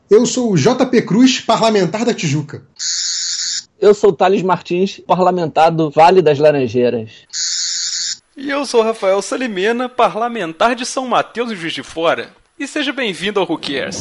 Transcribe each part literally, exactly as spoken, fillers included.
Eu sou o J P Cruz, parlamentar da Tijuca. Eu sou o Thales Martins, parlamentar do Vale das Laranjeiras. E eu sou o Rafael Salimena, parlamentar de São Mateus e Juiz de Fora. E seja bem-vindo ao Who Cares.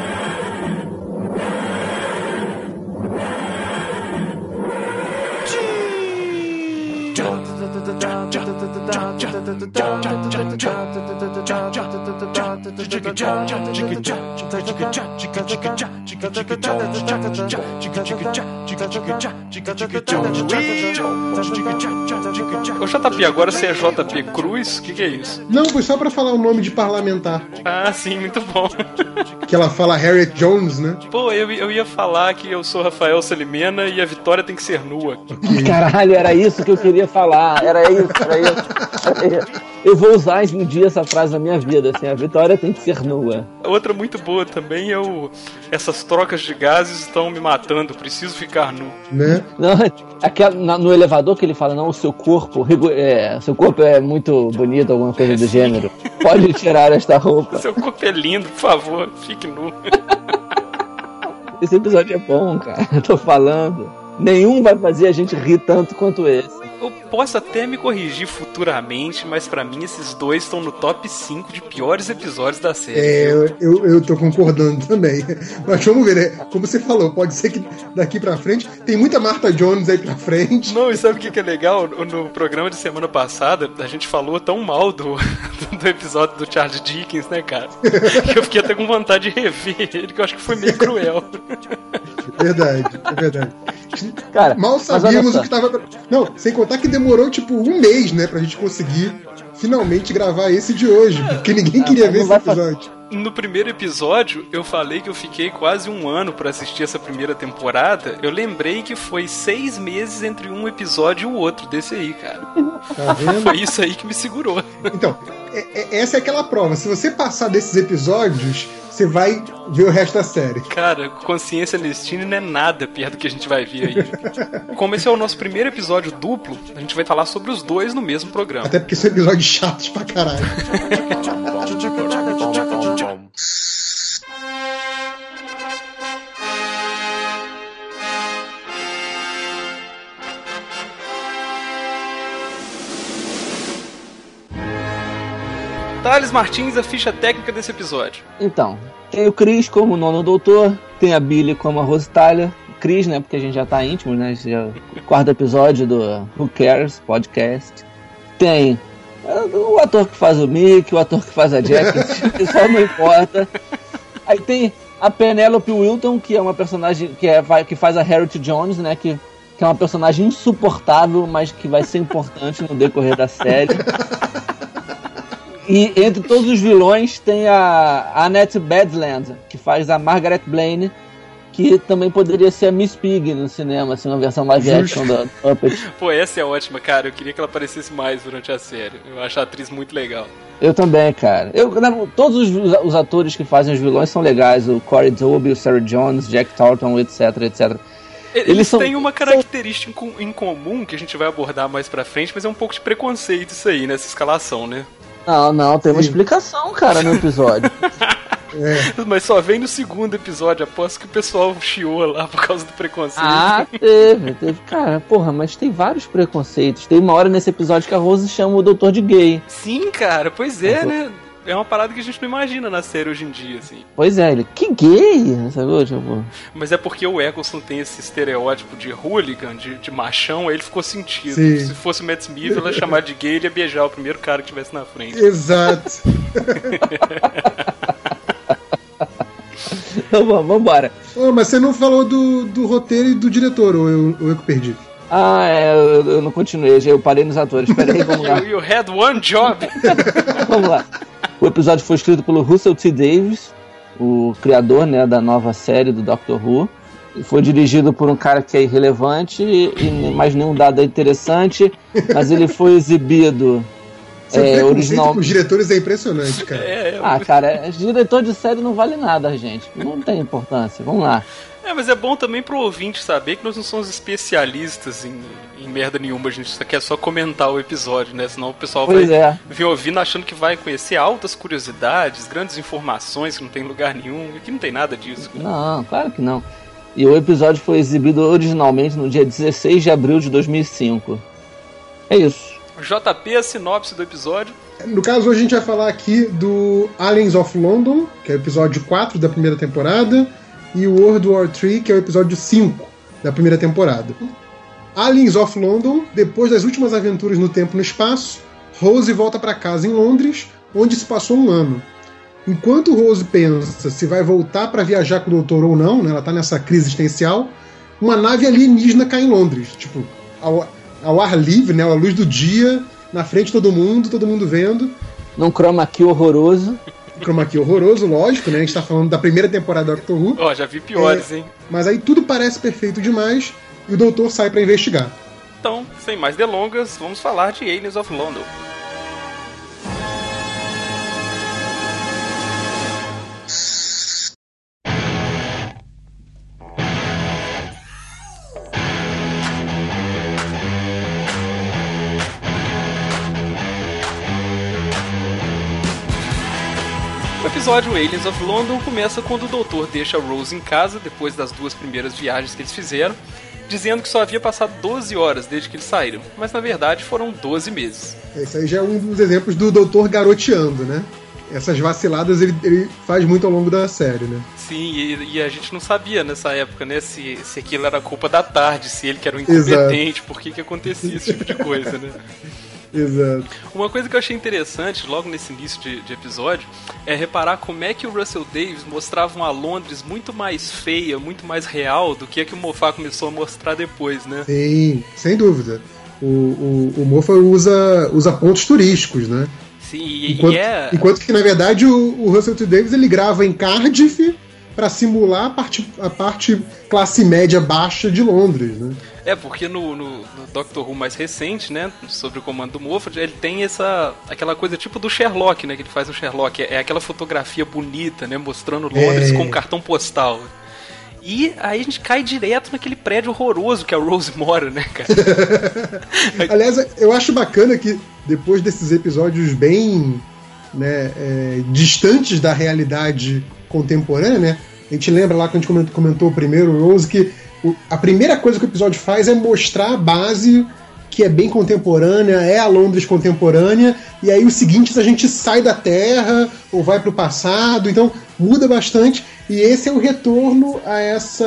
Ô J P, agora você é J P Cruz? O que, que é isso? Não, foi só pra falar o nome de parlamentar. Ah, sim, muito bom. Que ela fala Harriet Jones, né? Pô, eu, eu ia falar que eu sou Rafael Salimena e a vitória tem que ser nua. Okay. Caralho, era isso que eu queria falar. Era isso, era isso. Era isso. Eu vou usar um dia essa frase na minha vida, assim, a vitória tem que ser nua. Outra muito boa também é o... Essas trocas de gases estão me matando, preciso ficar nu. Né? Não, aquela, no elevador que ele fala, não, o seu corpo, é, seu corpo é muito bonito, alguma coisa do gênero. Pode tirar esta roupa. Seu corpo é lindo, por favor, fique nu. Esse episódio é bom, cara, eu tô falando. Nenhum vai fazer a gente rir tanto quanto esse. Eu posso até me corrigir futuramente, mas pra mim esses dois estão no top cinco de piores episódios da série. É, eu, eu, eu tô concordando também. Mas vamos ver, né? Como você falou, pode ser que daqui pra frente tem muita Martha Jones aí pra frente. Não, e sabe o que, que é legal? No programa de semana passada, a gente falou tão mal do, do episódio do Charles Dickens, né, cara? Que eu fiquei até com vontade de rever ele, que eu acho que foi meio cruel. Verdade, é verdade. Cara, mal sabíamos o que tava... Não, sem contar que demorou tipo um mês, né, pra gente conseguir finalmente gravar esse de hoje, porque ninguém queria ver esse episódio. No primeiro episódio, eu falei que eu fiquei quase um ano pra assistir essa primeira temporada. Eu lembrei que foi seis meses entre um episódio e o outro desse aí, cara. Tá vendo? Foi isso aí que me segurou. Então, é, é, essa é aquela prova. Se você passar desses episódios, você vai ver o resto da série. Cara, Consciência Lestine não é nada perto do que a gente vai ver aí. Como esse é o nosso primeiro episódio duplo, a gente vai falar sobre os dois no mesmo programa. Até porque são episódios chatos pra caralho. Thales Martins, a ficha técnica desse episódio. Então, tem o Chris como o nono doutor, tem a Billy como a Rositalia. Chris, né, porque a gente já tá íntimo, né, esse é o quarto episódio do Who Cares podcast. Tem o ator que faz o Mickey, o ator que faz a Jack, isso não importa. Aí tem a Penelope Wilton, que é uma personagem que, é, que faz a Harriet Jones, né, que, que é uma personagem insuportável, mas que vai ser importante no decorrer da série. E entre todos os vilões tem a Annette Badland, que faz a Margaret Blaine, que também poderia ser a Miss Piggy no cinema, assim, uma versão live action da Muppet. Pô, essa é ótima, cara. Eu queria que ela aparecesse mais durante a série. Eu acho a atriz muito legal. Eu também, cara. Eu, não, todos os, os atores que fazem os vilões são legais. O Corey Doby, o Sarah Jones, Jack Thornton, etc, etcétera. Eles, Eles são, têm uma característica são... em comum que a gente vai abordar mais pra frente, mas é um pouco de preconceito isso aí, nessa escalação, né? Não, não, tem uma Sim. explicação, cara, no episódio. É. Mas só vem no segundo episódio, aposto que o pessoal chiou lá por causa do preconceito. Ah, teve, teve. Cara, porra, mas tem vários preconceitos. Tem uma hora nesse episódio que a Rose chama o doutor de gay. Sim, cara, pois é, né? É uma parada que a gente não imagina na série hoje em dia, assim. Pois é, ele, que gay, sabe? Tipo... Mas é porque o Eccleston tem esse estereótipo de hooligan, de, de machão, aí ele ficou sentido. Sim. Se fosse o Matt Smith, ela ia chamar de gay, ele ia beijar o primeiro cara que estivesse na frente. Exato. Então vamos, vambora. Oh, mas você não falou do, do roteiro e do diretor, ou eu, ou eu que perdi? Ah, é, eu, eu não continuei, eu parei nos atores. Espera aí, vamos lá. You had one job. Vamos lá. O episódio foi escrito pelo Russell T. Davies, o criador, né, da nova série do Doctor Who. Foi dirigido por um cara que é irrelevante, e mais nenhum dado é interessante, mas ele foi exibido Seu é, preconceito original... com os diretores é impressionante, cara. É, é... Ah, cara, diretor de série não vale nada, gente. Não tem importância. Vamos lá. É, mas é bom também pro ouvinte saber que nós não somos especialistas em, em merda nenhuma, a gente só quer só comentar o episódio, né? Senão o pessoal pois vai é. vir ouvindo achando que vai conhecer altas curiosidades, grandes informações que não tem lugar nenhum. Aqui não tem nada disso. Cara. Não, claro que não. E o episódio foi exibido originalmente no dia dezesseis de abril de dois mil e cinco. É isso. J P, a sinopse do episódio. No caso, hoje a gente vai falar aqui do Aliens of London, que é o episódio quatro da primeira temporada, e o World War três, que é o episódio cinco da primeira temporada. Aliens of London, depois das últimas aventuras no tempo e no espaço, Rose volta para casa em Londres, onde se passou um ano. Enquanto Rose pensa se vai voltar para viajar com o doutor ou não, né, ela está nessa crise existencial, uma nave alienígena cai em Londres, tipo, ao, ao ar livre, né, à luz do dia, na frente de todo mundo, todo mundo vendo. Num chroma key horroroso. Chroma key horroroso, lógico, né? A gente tá falando da primeira temporada do Doctor Who. Ó, oh, já vi piores, é, hein? Mas aí tudo parece perfeito demais e o doutor sai pra investigar. Então, sem mais delongas, vamos falar de Aliens of London. O episódio Aliens of London começa quando o doutor deixa a Rose em casa, depois das duas primeiras viagens que eles fizeram, dizendo que só havia passado doze horas desde que eles saíram, mas na verdade foram doze meses. Esse aí já é um dos exemplos do doutor garoteando, né? Essas vaciladas ele, ele faz muito ao longo da série, né? Sim, e, e a gente não sabia nessa época, né, se, se aquilo era culpa da tarde, se ele que era um incompetente, por que que acontecia esse tipo de coisa, né? Exato. Uma coisa que eu achei interessante logo nesse início de, de episódio é reparar como é que o Russell Davies mostrava uma Londres muito mais feia, muito mais real do que a que o Moffat começou a mostrar depois, né? Sim, sem dúvida. O, o, o Moffat usa, usa pontos turísticos, né? Sim, e, enquanto, e é... enquanto que na verdade o, o Russell T. Davies ele grava em Cardiff para simular a parte, a parte classe média baixa de Londres, né? É, porque no, no, no Doctor Who mais recente, né, sobre o comando do Moffat, ele tem essa, aquela coisa tipo do Sherlock, né, que ele faz no Sherlock, é, é aquela fotografia bonita, né, mostrando Londres é. como cartão postal. E aí a gente cai direto naquele prédio horroroso que a Rose mora, né, cara? Aliás, eu acho bacana que depois desses episódios bem, né, é, distantes da realidade contemporânea, né, a gente lembra lá quando a gente comentou o primeiro Rose que a primeira coisa que o episódio faz é mostrar a base que é bem contemporânea, é a Londres contemporânea, e aí os seguintes a gente sai da Terra ou vai para o passado, então muda bastante, e esse é o retorno a essa,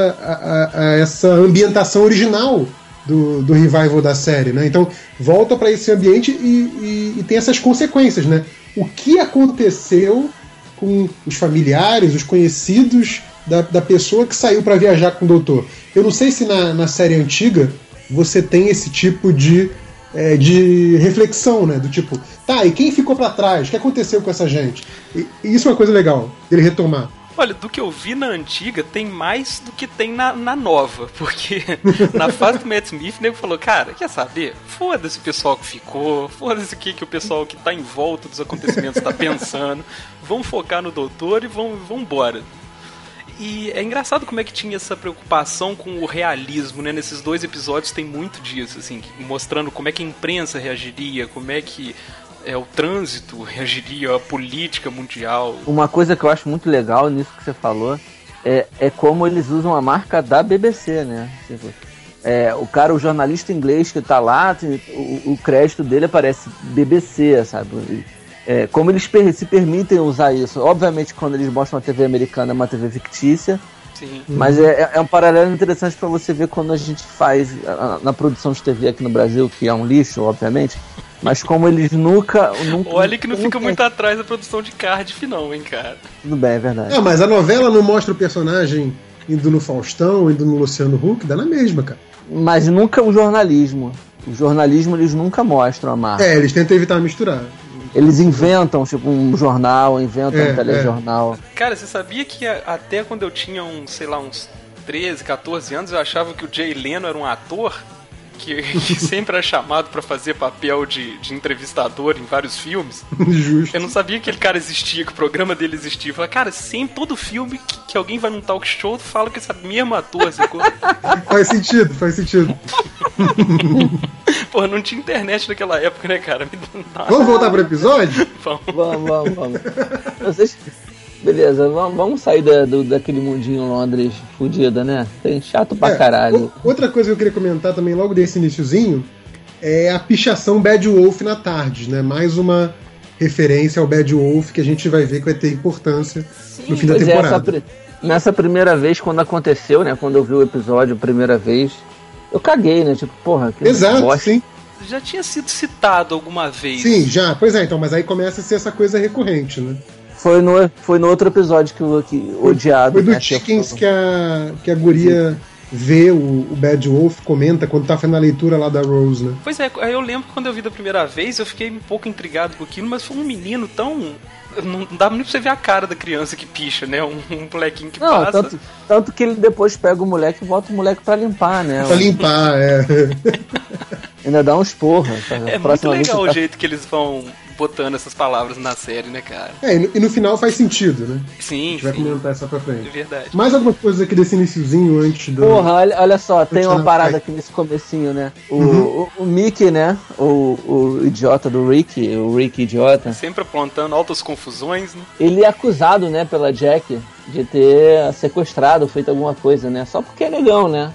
a, a, a essa ambientação original do, do revival da série, né? Então volta para esse ambiente e, e, e tem essas consequências, né? O que aconteceu com os familiares, os conhecidos Da, da pessoa que saiu para viajar com o doutor. Eu não sei se na, na série antiga você tem esse tipo de, é, de reflexão, né? Do tipo, tá, e quem ficou para trás? O que aconteceu com essa gente? E, e isso é uma coisa legal, dele retomar. Olha, do que eu vi na antiga, tem mais do que tem na, na nova. Porque na fase do Matt Smith, o nego falou, cara, quer saber? Foda-se o pessoal que ficou, foda-se o que, que o pessoal que tá em volta dos acontecimentos tá pensando. Vamos focar no doutor e vamos, vamos embora. E é engraçado como é que tinha essa preocupação com o realismo, né? Nesses dois episódios tem muito disso, assim, mostrando como é que a imprensa reagiria, como é que é, o trânsito reagiria, a política mundial. Uma coisa que eu acho muito legal nisso que você falou é, é como eles usam a marca da B B C, né? Tipo, é, o cara, o jornalista inglês que tá lá, o, o crédito dele aparece B B C, sabe? É, como eles per- se permitem usar isso. Obviamente, quando eles mostram uma T V americana, é uma T V fictícia. Sim. Mas é, é um paralelo interessante para você ver quando a gente faz a, na produção de T V aqui no Brasil, que é um lixo, obviamente, mas como eles nunca... nunca Olha que não nunca... fica muito atrás da produção de Cardiff não, hein, cara. Tudo bem, é verdade. Ah, mas a novela não mostra o personagem indo no Faustão, indo no Luciano Huck, dá na mesma, cara. Mas nunca o jornalismo. O jornalismo eles nunca mostram a marca. É, eles tentam evitar misturar. Eles inventam, tipo, um jornal, inventam é, um telejornal. É. Cara, você sabia que até quando eu tinha uns, sei lá, uns treze, catorze anos, eu achava que o Jay Leno era um ator? que, que sempre é chamado pra fazer papel de, de entrevistador em vários filmes. Justo. Eu não sabia que aquele cara existia, que o programa dele existia. Eu falei, cara, sempre todo filme que, que alguém vai num talk show fala que esse mesmo ator, sacou? Faz sentido, faz sentido. Porra, não tinha internet naquela época, né, cara? Vamos voltar pro episódio? Vamos, vamos, vamos. vamos. Vocês... Beleza, vamos, vamos sair da, do, daquele mundinho Londres fudida, né? Tem chato pra é, caralho. Outra coisa que eu queria comentar também logo desse iniciozinho é a pichação Bad Wolf na tarde, né? Mais uma referência ao Bad Wolf que a gente vai ver que vai ter importância Sim, no fim da temporada. É, essa, nessa primeira vez, quando aconteceu, né? Quando eu vi o episódio a primeira vez, eu caguei, né? Tipo, porra, que Exato, bosta. Sim. Já tinha sido citado alguma vez. Sim, já. Pois é, então, mas aí começa a ser essa coisa recorrente, né? Foi no, foi no outro episódio que o que, odiado. Foi do né, Chickens que a, que a guria Sim. vê o, o Bad Wolf, comenta quando tá fazendo a leitura lá da Rose, né? Pois é, eu lembro que quando eu vi da primeira vez, eu fiquei um pouco intrigado com aquilo, mas foi um menino tão... Não dá nem pra você ver a cara da criança que picha, né? Um, um molequinho que não, passa. Tanto, tanto que ele depois pega o moleque e bota o moleque pra limpar, né? Pra limpar, é. Ainda dá uns porra. É muito legal o jeito que eles vão botando essas palavras na série, né, cara? É, e no, e no final faz sentido, né? Sim, A gente vai sim. comentar essa pra frente. É verdade. Mais alguma coisa aqui desse iniciozinho antes do... Porra, olha, olha só, tem uma parada aqui nesse comecinho, né? O, uhum. o, o Mickey, né? O, o idiota do Rick, o Rick idiota. Sempre apontando altas confusões, né? Ele é acusado, né, pela Jack de ter sequestrado, feito alguma coisa, né? Só porque é negão, né?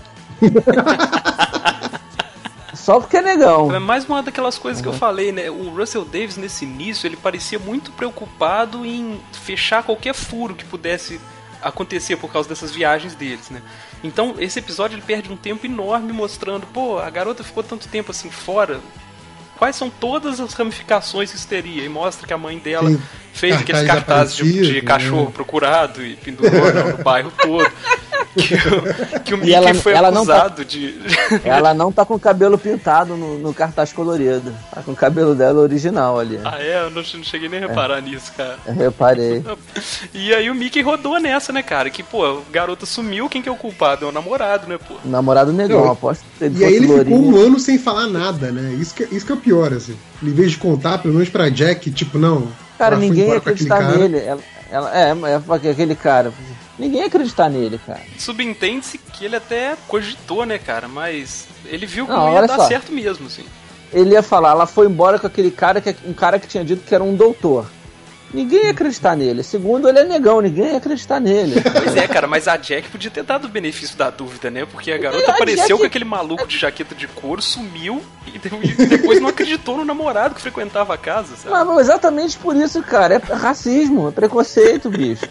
Só porque é negão. É mais uma daquelas coisas uhum. que eu falei, né? O Russell Davies, nesse início, ele parecia muito preocupado em fechar qualquer furo que pudesse acontecer por causa dessas viagens deles, né? Então, esse episódio ele perde um tempo enorme mostrando, pô, a garota ficou tanto tempo assim fora, quais são todas as ramificações que isso teria? E mostra que a mãe dela Sim. fez Cartaz aqueles cartazes de, de cachorro né? procurado e pendurou no, no bairro todo. Que o, que o Mickey ela, foi ela acusado tá, de... Ela não tá com o cabelo pintado no, no cartaz colorido. Tá com o cabelo dela original ali. Ah, é? Eu não, não cheguei nem a reparar é. nisso, cara. Eu reparei. E aí o Mickey rodou nessa, né, cara? Que, pô, a garota sumiu, quem que é o culpado? É o namorado, né, pô? O namorado negão, não, aposto. E aí ele lourinho. ficou um ano sem falar nada, né? Isso que, isso que é o pior, assim. Em vez de contar, pelo menos pra Jack, tipo, não... Cara, ninguém ia acreditar nele. Ela, ela, é, é aquele cara... Ninguém ia acreditar nele, cara. Subentende-se que ele até cogitou, né, cara? Mas ele viu que não, não ia dar só. certo mesmo, assim. Ele ia falar, ela foi embora com aquele cara, que um cara que tinha dito que era um doutor. Ninguém ia acreditar nele. Segundo, ele é negão, ninguém ia acreditar nele. Pois é, cara, mas a Jack podia ter dado o benefício da dúvida, né? Porque a garota a apareceu Jack... com aquele maluco de jaqueta de couro, sumiu e depois não acreditou no namorado que frequentava a casa, sabe? Mas exatamente por isso, cara. É racismo, é preconceito, bicho.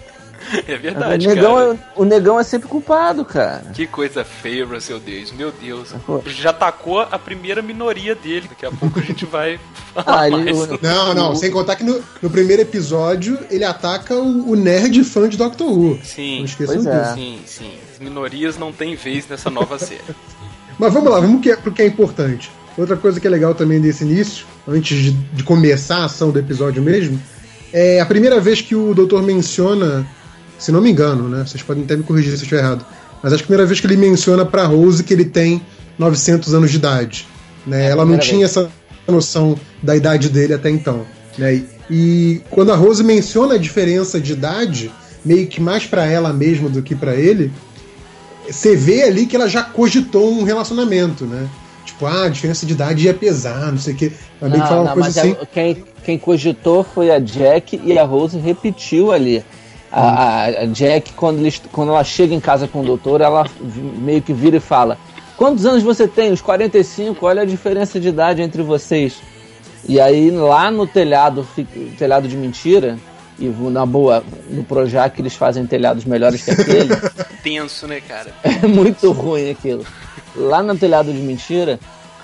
É verdade, o negão cara. É, o negão é sempre culpado, cara. Que coisa feia, Russell Davies. Meu Deus. Já atacou a primeira minoria dele. Daqui a pouco a gente vai falar ah, ele, mais. O, não, não. O... Sem contar que no, no primeiro episódio ele ataca o, o nerd fã de Doctor Who. Sim. Não esqueçam disso. É. Sim, sim. As minorias não têm vez nessa nova série. Mas vamos lá, vamos para o que é importante. Outra coisa que é legal também desse início, antes de, de começar a ação do episódio mesmo, é a primeira vez que o doutor menciona... Se não me engano, né? Vocês podem até me corrigir se eu estiver errado. Mas acho que a primeira vez que ele menciona pra Rose que ele tem novecentos anos de idade. Né? É, ela não tinha vez. essa noção da idade dele até então. Né? E, e quando a Rose menciona a diferença de idade, meio que mais pra ela mesma do que pra ele, você vê ali que ela já cogitou um relacionamento, né? Tipo, ah, a diferença de idade ia pesar, não sei o quê. Ela meio que fala uma coisa assim. É, quem, quem cogitou foi a Jack e a Rose repetiu ali. A, a Jack, quando, eles, quando ela chega em casa com o doutor, ela meio que vira e fala: quantos anos você tem? Os quarenta e cinco, olha a diferença de idade entre vocês. E aí lá no telhado, telhado de mentira, e na boa, no Projac eles fazem telhados melhores que aquele. Tenso, né, cara? É muito ruim aquilo. Lá no telhado de mentira,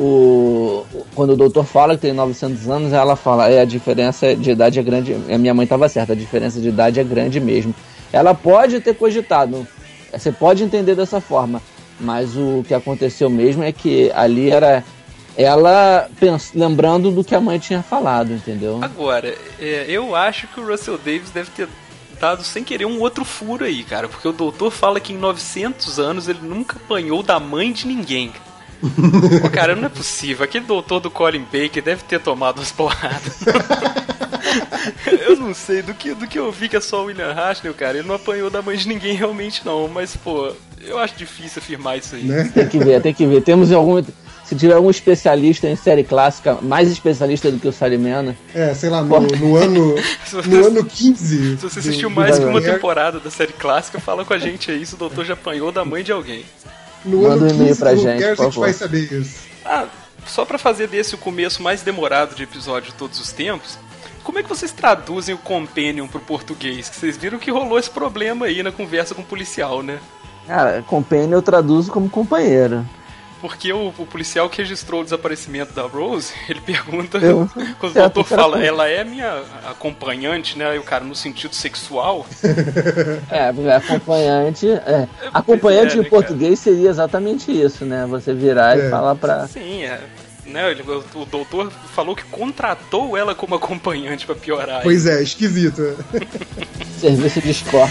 o, quando o doutor fala que tem novecentos anos, ela fala, é, a diferença de idade é grande. A minha mãe estava certa, a diferença de idade é grande mesmo. Ela pode ter cogitado, você pode entender dessa forma, mas o que aconteceu mesmo é que ali era ela pens- lembrando do que a mãe tinha falado, entendeu? Agora, é, eu acho que o Russell Davies deve ter dado sem querer um outro furo aí, cara, porque o doutor fala que em novecentos anos ele nunca apanhou da mãe de ninguém. Pô, cara, não é possível. Aquele doutor do Colin Baker deve ter tomado umas porradas. Eu não sei, do que, do que eu vi que é só o William Hartnell, cara, ele não apanhou da mãe de ninguém realmente não, mas, pô, eu acho difícil afirmar isso aí. Né? Tem que ver, tem que ver. Temos algum... Se tiver algum especialista em série clássica, mais especialista do que o Salimena. É, sei lá, no, no ano você, no ano quinze. Se você assistiu do, mais do que uma temporada da série clássica, fala com a gente aí se o doutor já apanhou da mãe de alguém. No Manda ano um e-mail quinze pra do gente, Cares, por a gente favor. vai saber isso. Ah, só pra fazer desse o começo mais demorado de episódio de todos os tempos, como é que vocês traduzem o Companion pro português? Que vocês viram que rolou esse problema aí na conversa com o policial, né? Cara, Companion eu traduzo como companheiro. Porque o, o policial que registrou o desaparecimento da Rose, ele pergunta, eu, quando certo, o doutor fala, certo. ela é minha acompanhante, né? E o cara, no sentido sexual. É, acompanhante. É. Acompanhante é, em né, português cara? Seria exatamente isso, né? Você virar é. e falar pra. Sim, é. Né, ele, o, o doutor falou que contratou ela como acompanhante pra piorar. Pois é, esquisito. Serviço de escorte.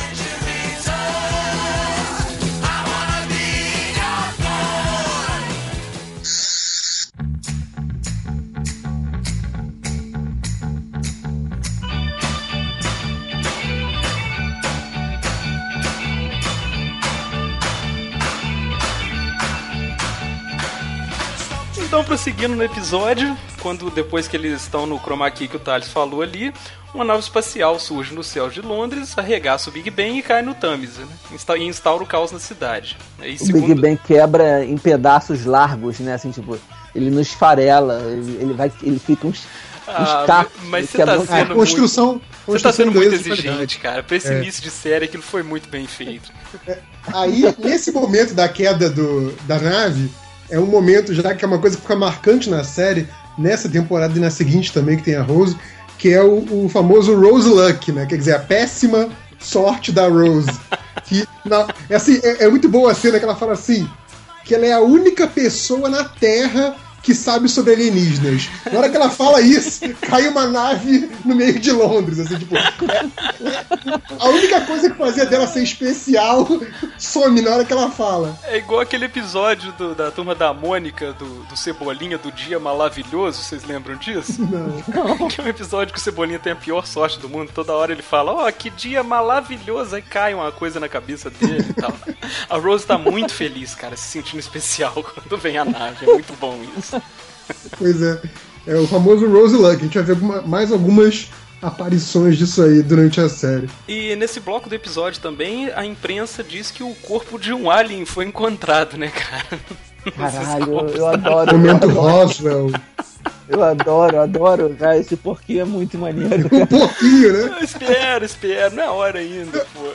Então, prosseguindo no episódio, quando depois que eles estão no chroma key que o Thales falou ali, uma nave espacial surge no céu de Londres, arregaça o Big Ben e cai no Tâmisa, né? E instaura o caos na cidade. Aí, o segundo... Big Ben quebra em pedaços largos, né? Assim, tipo, ele não esfarela, ele, ele vai, ele fica uns, ah, uns cacos. Mas você tá sendo a construção, muito... Você tá sendo muito exigente, exigente, cara. Pra esse é. início de série, aquilo foi muito bem feito. É. Aí, nesse momento da queda do, da nave, é um momento já que é uma coisa que fica marcante na série, nessa temporada e na seguinte também, que tem a Rose, que é o, o famoso Rose Luck, né? Quer dizer, a péssima sorte da Rose. Que, na, é, assim, é, é muito boa a cena que ela fala assim, que ela é a única pessoa na Terra que sabe sobre alienígenas. Na hora que ela fala isso, cai uma nave no meio de Londres, assim, tipo... É, é, a única coisa que fazia dela ser especial some na hora que ela fala. É igual aquele episódio do, da Turma da Mônica, do, do Cebolinha, do Dia Maravilhoso, vocês lembram disso? Não. Que é um episódio que o Cebolinha tem a pior sorte do mundo, toda hora ele fala, ó, oh, que dia maravilhoso, aí cai uma coisa na cabeça dele e tal. A Rose tá muito feliz, cara, se sentindo especial quando vem a nave, é muito bom isso. Pois é, é o famoso Rose Luck. A gente vai ver alguma, mais algumas aparições disso aí durante a série. E nesse bloco do episódio também, a imprensa diz que o corpo de um alien foi encontrado, né, cara? Caralho, eu, eu adoro. Momento eu adoro, Roswell. Eu adoro, eu adoro. Cara, esse porquinho é muito maneiro. Um pouquinho, né? Espera, espera, não é hora ainda, pô.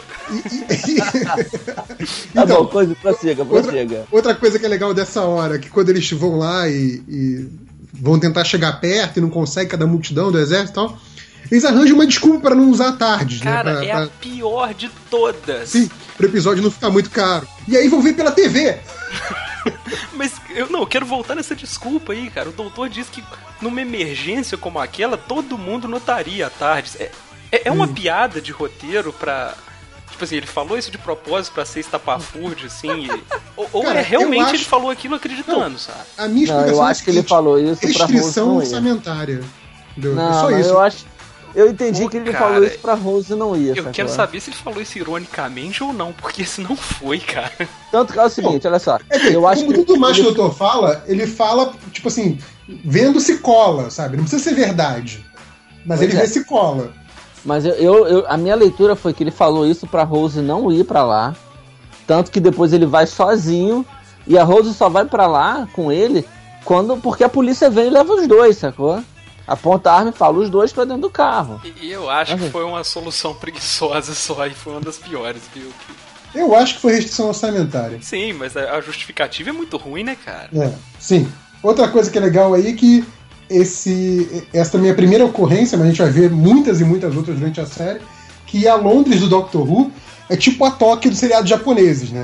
Tá Então, bom, coisa, prossiga, prossiga. Outra, outra coisa que é legal dessa hora, que quando eles vão lá e, e vão tentar chegar perto e não conseguem, cada multidão do exército e tal, eles arranjam uma desculpa para não usar tardes, cara, né? Pra, é pra... a pior de todas. Sim, pro episódio não ficar muito caro. E aí vão ver pela T V. Mas eu não, eu quero voltar nessa desculpa aí, cara. O doutor diz que numa emergência como aquela, todo mundo notaria a tardes. É, é, é uma hum. piada de roteiro pra... Tipo assim, ele falou isso de propósito pra ser estapafúrdio, assim. E... Ou, ou Cara, é realmente acho... ele falou aquilo acreditando, não, sabe? A minha explicação não, eu é acho que ele falou isso pra restrição Rose orçamentária. Entendeu? Não, Só não, isso. eu acho... Eu entendi Pô, que ele cara, falou isso pra Rose não ia. Eu sacou? quero saber se ele falou isso ironicamente ou não, porque esse não foi, cara. Tanto que é o seguinte, Bom, olha só. É que, eu acho como que tudo mais que ele... o doutor fala, ele fala, tipo assim, vendo se cola, sabe? Não precisa ser verdade. Mas pois ele é. vê se cola. Mas eu, eu, eu, a minha leitura foi que ele falou isso pra Rose não ir pra lá. Tanto que depois ele vai sozinho. E a Rose só vai pra lá com ele quando, porque a polícia vem e leva os dois, sacou? Aponta a arma e fala os dois pra dentro do carro. E, e eu acho que foi uma solução preguiçosa só, e foi uma das piores, viu? Eu acho que foi restrição orçamentária. Sim, mas a justificativa é muito ruim, né, cara? É, sim. Outra coisa que é legal aí é que esse, essa também é a primeira ocorrência, mas a gente vai ver muitas e muitas outras durante a série, que a Londres do Doctor Who é tipo a Tóquio dos seriados japoneses, né?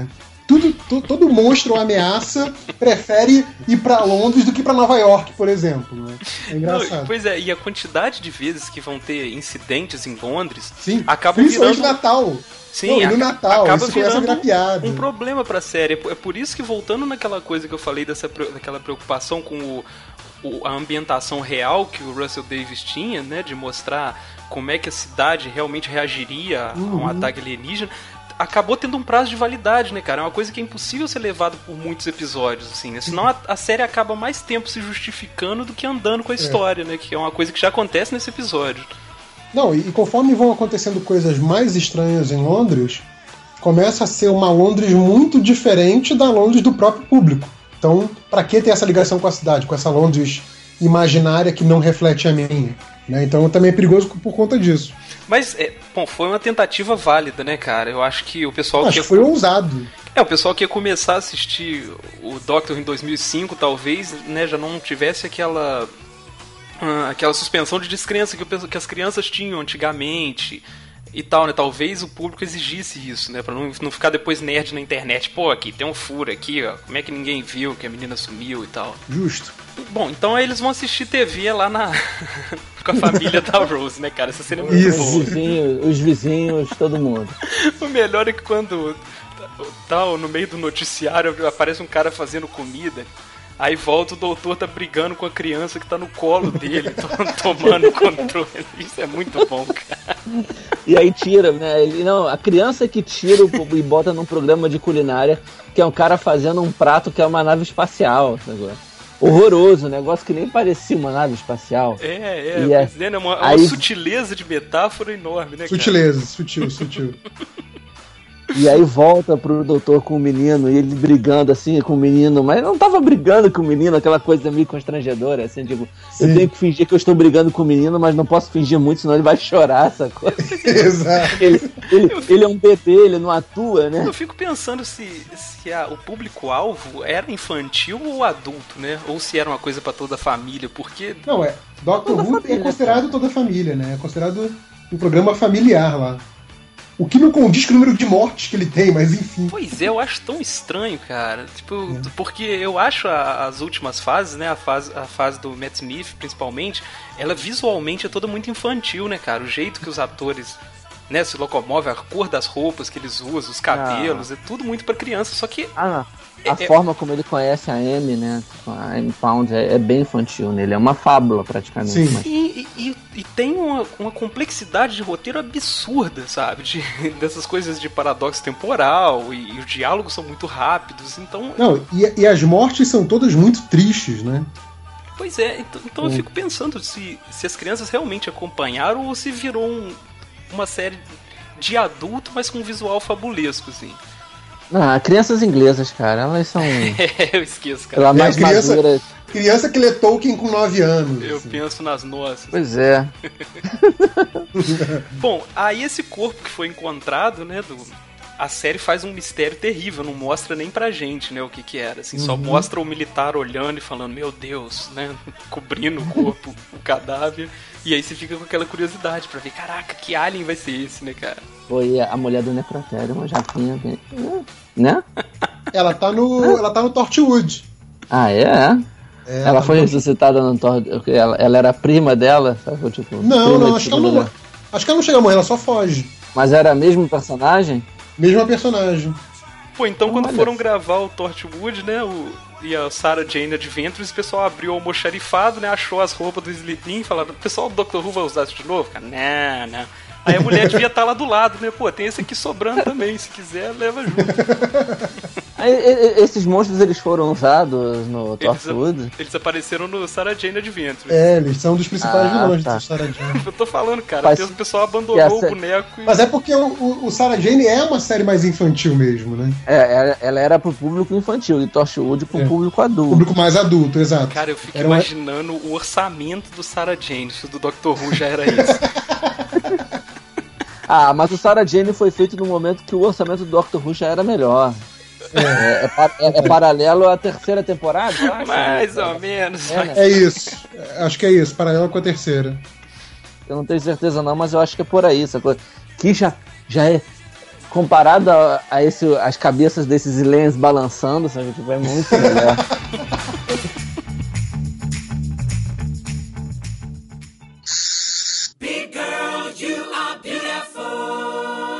tudo, tu, todo monstro ou ameaça prefere ir pra Londres do que pra Nova York, por exemplo. Né? É engraçado. Não, pois é, e a quantidade de vezes que vão ter incidentes em Londres Sim, acabam virando... Natal. Sim, Não, e no a, Natal, acaba isso começa a virar piada. Um problema pra série. É por isso que, voltando naquela coisa que eu falei, dessa, daquela preocupação com o, o, a ambientação real que o Russell Davies tinha, né, de mostrar como é que a cidade realmente reagiria uhum. a um ataque alienígena, acabou tendo um prazo de validade, né, cara? É uma coisa que é impossível ser levado por muitos episódios, assim, né? Senão a, a série acaba mais tempo se justificando do que andando com a história, é. né? Que é uma coisa que já acontece nesse episódio. Não, e conforme vão acontecendo coisas mais estranhas em Londres, começa a ser uma Londres muito diferente da Londres do próprio público. Então, pra que ter essa ligação com a cidade, com essa Londres imaginária que não reflete a minha? Né? Então também é perigoso por conta disso. Mas, é, bom, foi uma tentativa válida, né, cara? Eu acho que o pessoal... Acho que ia... foi ousado. É, o pessoal que ia começar a assistir o Doctor em dois mil e cinco, talvez, né, já não tivesse aquela... Uh, aquela suspensão de descrença que, o, que as crianças tinham antigamente e tal, né? Talvez o público exigisse isso, né? Pra não, não ficar depois nerd na internet. Pô, aqui tem um furo aqui, ó. Como é que ninguém viu que a menina sumiu e tal? Justo. Bom, então aí eles vão assistir T V lá na... com a família da Rose, né, cara? Essa seria muito isso. boa. Os vizinhos, os vizinhos, todo mundo. O melhor é que quando tal, no meio do noticiário aparece um cara fazendo comida. Aí volta, o doutor tá brigando com a criança que tá no colo dele, tomando controle. Isso é muito bom, cara. E aí tira, né? Ele, não, a criança que tira e bota num programa de culinária, que é um cara fazendo um prato que é uma nave espacial. Sabe? Horroroso, um negócio que nem parecia uma nave espacial. É, é, e é, é uma, aí, uma sutileza de metáfora enorme, né, cara? Sutileza, sutil, sutil. E aí volta pro doutor com o menino, e ele brigando assim com o menino, mas não tava brigando com o menino, aquela coisa meio constrangedora, assim, tipo, Sim. eu tenho que fingir que eu estou brigando com o menino, mas não posso fingir muito, senão ele vai chorar, essa coisa. Exato. Ele, ele, fico, ele é um bebê, ele não atua, né? Eu fico pensando se, se a, o público-alvo era infantil ou adulto, né? Ou se era uma coisa pra toda a família, porque... Não, é, Doctor Who é considerado cara. toda a família, né? É considerado um programa familiar lá. O que não condiz com o número de mortes que ele tem, mas enfim. Pois é, eu acho tão estranho, cara. Tipo, é. Porque eu acho a, as últimas fases, né? A fase, a fase do Matt Smith, principalmente, ela visualmente é toda muito infantil, né, cara? O jeito que os atores, né, se locomovem, a cor das roupas que eles usam, os cabelos, ah. é tudo muito pra criança. Só que... Ah, a é, forma como ele conhece a Amy, né? A Amy Pound é, é bem infantil nele, é uma fábula praticamente. Sim. Mas... E, e, e tem uma, uma complexidade de roteiro absurda, sabe? De, dessas coisas de paradoxo temporal, e, e os diálogos são muito rápidos, então... Não, e, e as mortes são todas muito tristes, né? Pois é, então, então hum. eu fico pensando se, se as crianças realmente acompanharam ou se virou um, uma série de adulto, mas com um visual fabulesco, assim. Ah, crianças inglesas, cara, elas são... É, eu esqueço, cara. Ela mais é, criança, madura... criança que lê Tolkien com nove anos. Eu assim. penso nas nossas. Pois é. Bom, aí esse corpo que foi encontrado, né, do... a série faz um mistério terrível, não mostra nem pra gente, né, o que que era, assim, uhum. Só mostra o militar olhando e falando, meu Deus, né, cobrindo o corpo, o cadáver, e aí você fica com aquela curiosidade pra ver, caraca, que alien vai ser esse, né, cara? Foi a mulher do necrotério, uma japinha, né? Ela tá no, ela tá no Torchwood. Ah, é? é ela foi no... ressuscitada no Torchwood, ela, ela era prima dela, sabe? Tipo, não, não, acho que, ela não acho que ela não chega a morrer, ela só foge. Mas era a mesma personagem? Mesma personagem. Pô, então quando Olha. foram gravar o Torchwood, né, o, e a Sarah Jane Adventures, o pessoal abriu o almoxarifado, né, achou as roupas do Sleeping e falaram, o pessoal do Doctor Who vai usar isso de novo? Cara, não, não. Aí a mulher devia estar lá do lado, né, pô, tem esse aqui sobrando também, se quiser, leva junto. Aí, esses monstros, eles foram usados no Torchwood? Eles, eles apareceram no Sarah Jane Adventures. É, eles são dos principais ah, vilões tá. do Sarah Jane. Eu tô falando, cara, Faz... o pessoal abandonou o boneco. E... Mas é porque o, o, o Sarah Jane é uma série mais infantil mesmo, né? É, ela era pro público infantil, e Torchwood pro é. público adulto. Público mais adulto, exato. Cara, eu fico era imaginando uma... o orçamento do Sarah Jane, se o do Doctor Who já era esse. Ah, mas o Sarah Jane foi feito no momento que o orçamento do Doctor Who já era melhor. É, é, é, é paralelo à terceira temporada? Eu acho, mais né? ou menos. É, né? é isso. Acho que é isso, paralelo com a terceira. Eu não tenho certeza não, mas eu acho que é por aí essa coisa. Que já, já é comparado a, a esse, as cabeças desses aliens balançando, sabe? Tipo, é muito melhor. Big girl, you are beautiful.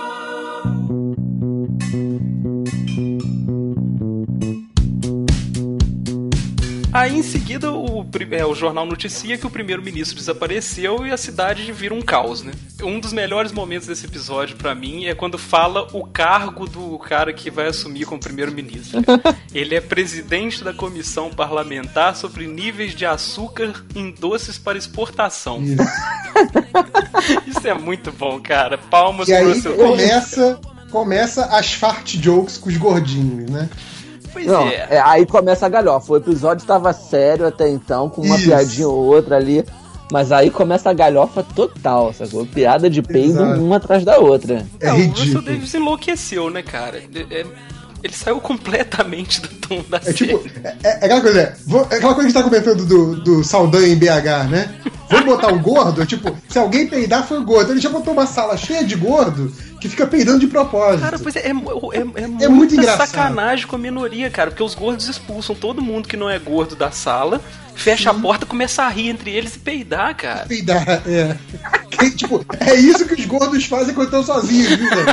Aí em seguida o, é, o jornal noticia que o primeiro-ministro desapareceu e a cidade vira um caos, né? Um dos melhores momentos desse episódio pra mim é quando fala o cargo do cara que vai assumir como primeiro-ministro. Ele é presidente da comissão parlamentar sobre níveis de açúcar em doces para exportação. Isso, Isso é muito bom, cara. Palmas e pro aí seu começa, começa as fart jokes com os gordinhos, né? Pois Não, é. é, aí começa a galhofa. O episódio estava sério até então, com uma Isso. piadinha ou outra ali. Mas aí começa a galhofa total, sacou? Piada de peido Exato. uma atrás da outra. É Não, o Russell ridículo. Davies enlouqueceu, né, cara? É- é- ele saiu completamente do tom da É série. tipo, é, é aquela coisa, é, vou- é aquela coisa que a gente tá comentando do, do Saldanha em B H, né? Vamos botar o gordo? Tipo, se alguém peidar, foi o gordo. Então ele já botou uma sala cheia de gordo que fica peidando de propósito. Cara, pois é, é, é, é, muito muita engraçado. sacanagem com a minoria, cara, porque os gordos expulsam todo mundo que não é gordo da sala, fecha a porta, começa a rir entre eles e peidar, cara. Peidar, é. Que, tipo, é isso que os gordos fazem quando estão sozinhos, viu, velho?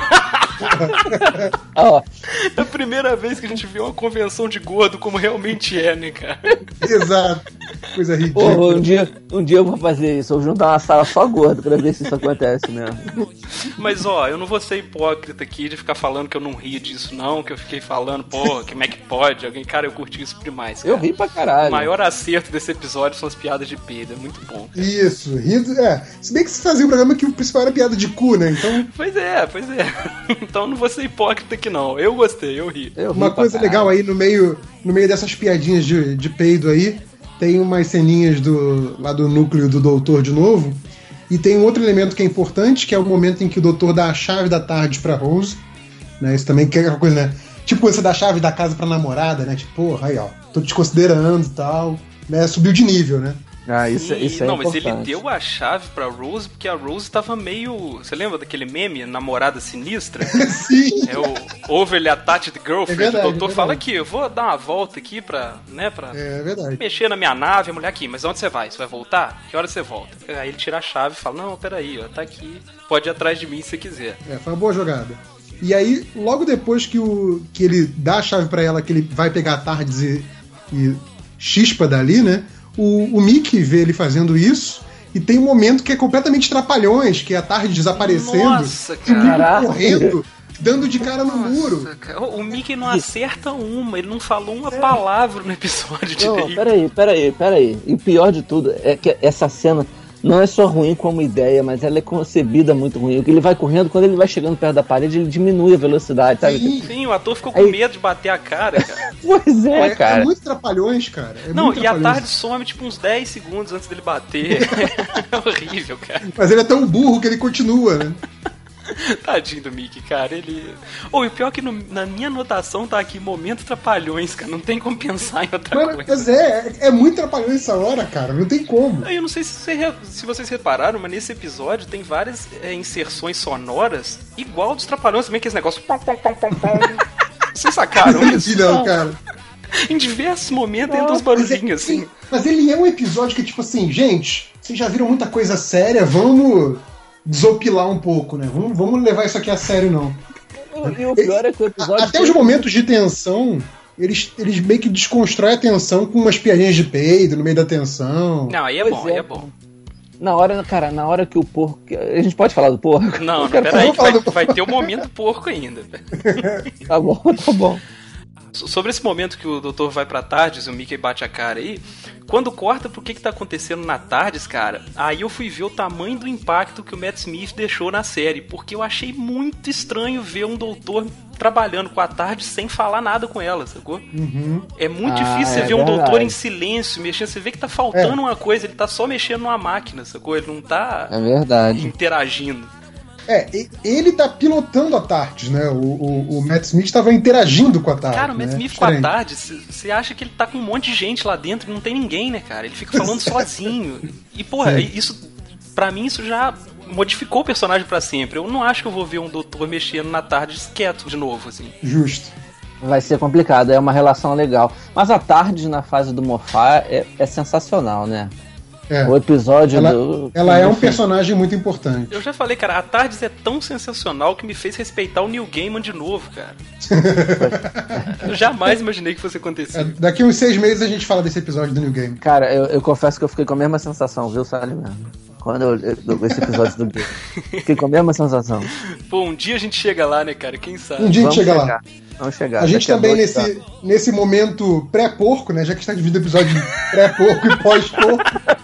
Ó, É a primeira vez que a gente vê uma convenção de gordo como realmente é, né, cara? Exato. Coisa pô, ridícula. um dia, um dia eu vou fazer isso. Eu vou juntar uma sala só gordo pra ver se isso acontece mesmo. Mas, ó, eu não vou ser hipócrita aqui de ficar falando que eu não ria disso, não, que eu fiquei falando, pô, como é que pode? Alguém, cara, eu curti isso demais, cara. Eu ri pra caralho. O maior acerto desse episódio são as piadas de peido, é muito bom. Isso, rindo. É. Se bem que você fazia um programa que o principal era piada de cu, né? Então, Pois é, pois é. Então não vou ser hipócrita aqui, não. Eu gostei, eu ri. Eu ri uma pra coisa caralho. legal aí no meio, no meio dessas piadinhas de, de peido aí, tem umas ceninhas do, lá do núcleo do doutor de novo. E tem um outro elemento que é importante, que é o momento em que o doutor dá a chave da tarde pra Rose. Né? Isso também que é aquela coisa, né? Tipo quando você dá a chave da casa pra namorada, né? Tipo, porra, aí ó, tô te considerando e tal. Né? Subiu de nível, né? Ah, isso, E- isso é não, mas importante. ele deu a chave pra Rose porque a Rose tava meio. Você lembra daquele meme, namorada sinistra? Sim. É o Overly Attached Girlfriend. É verdade, o doutor é fala verdade. aqui, eu vou dar uma volta aqui pra. né, pra. É verdade. Mexer na minha nave, a mulher aqui, mas onde você vai? Você vai voltar? Que hora você volta? Aí ele tira a chave e fala: não, peraí, ó, tá aqui, pode ir atrás de mim se você quiser. É, foi uma boa jogada. E aí, logo depois que, o, que ele dá a chave pra ela, que ele vai pegar a Tardes e, e chispa dali, né? O, o Mickey vê ele fazendo isso e tem um momento que é completamente trapalhões, que é a Tarde desaparecendo Nossa, e o Mickey cara. Caraca. correndo, dando de cara no muro. Nossa, cara, o Mickey não acerta uma, ele não falou uma palavra no episódio Não, direito. peraí, peraí, peraí. E o pior de tudo é que essa cena não é só ruim como ideia, mas ela é concebida muito ruim. Ele vai correndo, quando ele vai chegando perto da parede, ele diminui a velocidade, sabe? Sim. Sim, o ator ficou com Aí- medo de bater a cara, cara. Pois é, É, cara. é muito trapalhões, cara. É Não, muito e a trapalhões. tarde some tipo uns dez segundos antes dele bater. É horrível, cara. Mas ele é tão burro que ele continua, né? Tadinho do Mickey, cara. Ele. Ou e o pior é que no- na minha anotação tá aqui momento trapalhões, cara. Não tem como pensar em outra Mano, coisa. mas é, é, é muito trapalhões essa hora, cara. Não tem como. Eu não sei se, você re- se vocês repararam, mas nesse episódio tem várias é, inserções sonoras igual dos trapalhões também, que esse negócio. Pom, pom, pom, pom, pom. Vocês sacaram Não isso? entendi, não, cara. Em diversos momentos entra uns Mas, é- barulhinhos assim. mas ele é um episódio que, tipo assim, gente, vocês já viram muita coisa séria, vamos desopilar um pouco, né? Vamos, vamos levar isso aqui a sério, não. E o pior é que o episódio. Até os momentos de tensão, eles, eles meio que desconstroem a tensão com umas piadinhas de peido no meio da tensão. Não, aí é Pois bom, é. aí é bom. Na hora, cara, na hora que o porco. A gente pode falar do porco? Não, Eu não, quero peraí, vamos que vai, falar do- vai ter o momento porco ainda. Tá bom, tá bom. So- Sobre esse momento que o doutor vai pra Tardes e o Mickey bate a cara aí, quando corta pro que que tá acontecendo na Tardes, cara, aí eu fui ver o tamanho do impacto que o Matt Smith deixou na série, porque eu achei muito estranho ver um doutor trabalhando com a Tardes sem falar nada com ela, sacou? Uhum. É muito Ah, difícil você é ver um verdade. doutor em silêncio, mexendo, você vê que tá faltando É. uma coisa, ele tá só mexendo numa máquina, sacou? Ele não tá É verdade. interagindo. É, e- ele tá pilotando a Tardes, né? O, o, o Matt Smith tava interagindo com a Tardes. Cara, o Matt né? Smith com a Diferente. Tardes, você acha que ele tá com um monte de gente lá dentro e não tem ninguém, né, cara? Ele fica falando sozinho. E, porra, Sim. isso. Pra mim, isso já modificou o personagem pra sempre. Eu não acho que eu vou ver um doutor mexendo na TARDIS quieto de novo, assim. Justo. Vai ser complicado, é uma relação legal. Mas a TARDIS na fase do Moffat é, é sensacional, né? É. O episódio ela, do... Ela é um personagem muito importante. Eu já falei, cara, a TARDIS é tão sensacional que me fez respeitar o Neil Gaiman de novo, cara. Eu jamais imaginei que fosse acontecer. É, daqui uns seis meses a gente fala desse episódio do New Game. Cara, eu, eu confesso que eu fiquei com a mesma sensação, viu, Salim? Quando eu, eu esse episódio do Game. Fiquei com a mesma sensação. Pô, um dia a gente chega lá, né, cara? Quem sabe? Um dia a gente chega chegar. lá. Vamos chegar. A gente Daqui também, a dois, nesse, tá. nesse momento pré-porco, né? Já que está dividido o episódio de pré-porco e pós-porco.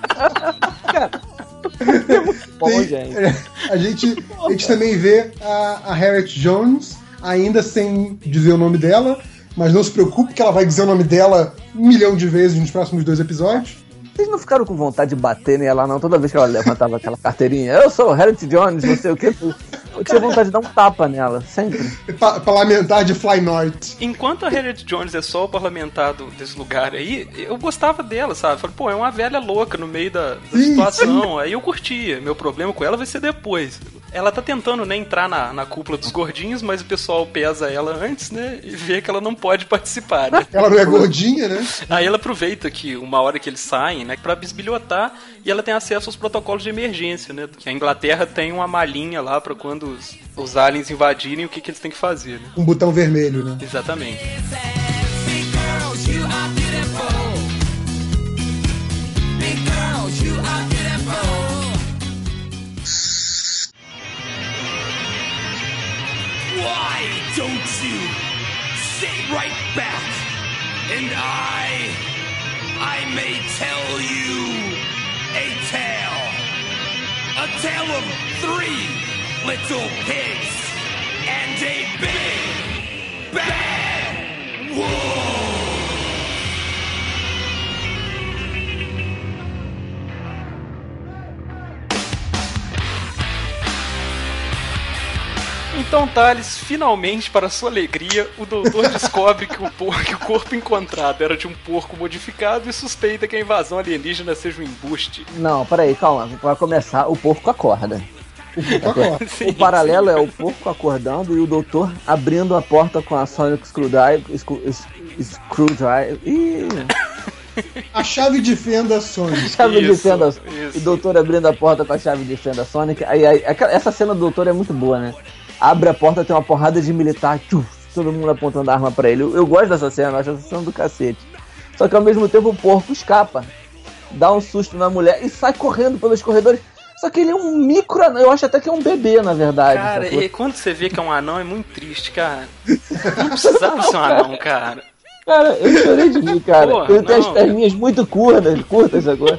Bom, Tem- gente. é, a, gente, a gente também vê a, a Harriet Jones, ainda sem dizer o nome dela, mas não se preocupe que ela vai dizer o nome dela um milhão de vezes nos próximos dois episódios. Vocês não ficaram com vontade de bater nela, não? Toda vez que ela levantava aquela carteirinha. Eu sou Harriet Jones, não sei o quê. Eu tinha vontade de dar um tapa nela, sempre. Pa- Parlamentar de Fly North. Enquanto a Harriet Jones é só o parlamentar do- desse lugar aí, eu gostava dela, sabe? Falei, pô, é uma velha louca no meio da, da Sim, situação. Aí eu curtia. Meu problema com ela vai ser depois. Ela tá tentando, né, entrar na, na cúpula dos gordinhos, mas o pessoal pesa ela antes, né? E vê que ela não pode participar, né? Ela não é gordinha, né? Aí ela aproveita que uma hora que eles saem, né, pra bisbilhotar, e ela tem acesso aos protocolos de emergência, né? Que a Inglaterra tem uma malinha lá pra quando os, os aliens invadirem, o que, que eles têm que fazer, né? Um botão vermelho, né? Exatamente. Big girls, you are beautiful. Big girls, you are beautiful. Why don't you sit right back and I, I may tell you a tale. A tale of three little pigs and a big bad wolf. Então, Thales, finalmente, para sua alegria, o doutor descobre que o, por- que o corpo encontrado era de um porco modificado e suspeita que a invasão alienígena seja um embuste. Não, peraí, calma. Pra começar, o porco acorda. Concordo. Sim, O paralelo é o porco acordando e o doutor abrindo a porta com a Sonic Screwdriver. Screw, screwdriver. Ih, A chave de fenda Sonic. chave de Isso, fenda. isso. E o doutor abrindo a porta com a chave de fenda Sonic. Aí, aí, aquela- essa cena do doutor é muito boa, né? Abre a porta, tem uma porrada de militar, tchuf, todo mundo apontando a arma pra ele. Eu, eu gosto dessa cena, eu acho essa cena do cacete. Só que ao mesmo tempo o porco escapa, dá um susto na mulher e sai correndo pelos corredores. Só que ele é um micro anão, eu acho até que é um bebê, na verdade. Cara, sacou? e quando você vê que é um anão, é muito triste, cara. Não precisava ser um anão, cara. Cara, eu chorei de rir, cara. Porra, Ele tem as não. perninhas muito curtas, curtas agora.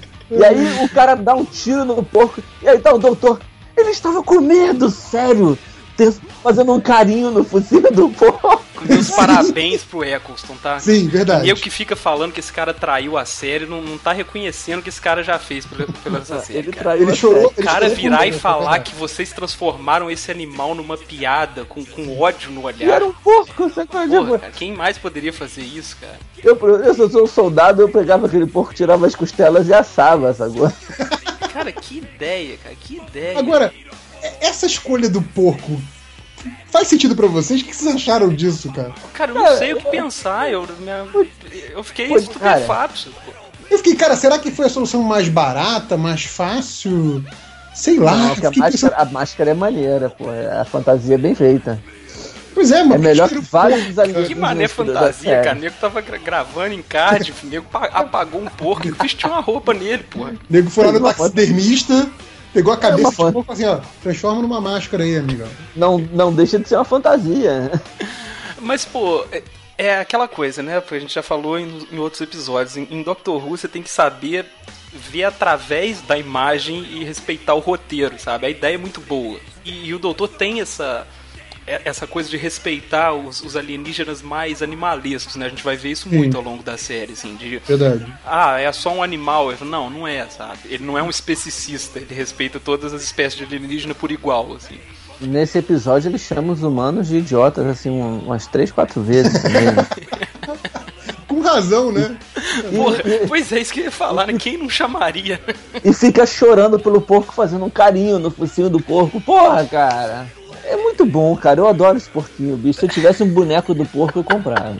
E aí o cara dá um tiro no porco. E aí tá o doutor. Ele estava com medo, sério. ter- Fazendo um carinho no focinho do porco. Meus parabéns pro Eccleston, tá? Sim, verdade. Eu que fica falando que esse cara traiu a série, não, não tá reconhecendo o que esse cara já fez pela, pela essa série, Ele cara. traiu Ele a chorou. série. O ele cara chorou virar com e medo, é falar verdade. que vocês transformaram esse animal numa piada, com, com ódio no E olhar. era um porco, sacou? Porra, cara, quem mais poderia fazer isso, cara? Eu, eu, se eu sou um soldado, eu pegava aquele porco, tirava as costelas e assava, sacou? Cara, que ideia, cara, que ideia. Agora, essa escolha do porco faz sentido pra vocês? O que vocês acharam disso, cara? Cara, eu não Cara, sei o que pensar, eu, minha- eu fiquei Pô, cara. estupefato. Eu fiquei, cara, será que foi a solução mais barata, mais fácil? Sei lá. Não, eu porque a fiquei máscara, pensando- a máscara é maneira, pô. A fantasia é bem feita. Pois é, mano. É melhor que vários dos Que alienígenas mané da fantasia, série. cara. O nego tava gra- gravando em Cardiff, o nego pa- apagou um porco e vestiu uma roupa nele, porra. O nego foi lá no Uma taxidermista, pegou a É cabeça uma e foto. tipo assim, ó, transforma numa máscara aí, amigão. Não, não deixa de ser uma fantasia. Mas, pô, é, é aquela coisa, né? Porque a gente já falou em, em outros episódios. Em, em Doctor Who você tem que saber ver através da imagem e respeitar o roteiro, sabe? A ideia é muito boa. E, e o Doutor tem essa, é- essa coisa de respeitar os, os alienígenas mais animalescos, né? A gente vai ver isso Sim. muito ao longo da série, assim, de... Verdade. Ah, é só um animal. Eu falo, não, não é, sabe? Ele não é um especicista, ele respeita todas as espécies de alienígena por igual, assim. Nesse episódio ele chama os humanos de idiotas, assim, um- umas três, quatro vezes também. né? Com razão, né? Porra, pois é, isso que eu ia falar, né? Quem não chamaria? E fica chorando pelo porco, fazendo um carinho no focinho do porco. Porra, cara. É muito bom, cara. Eu adoro esse porquinho, bicho. Se eu tivesse um boneco do porco, eu comprava.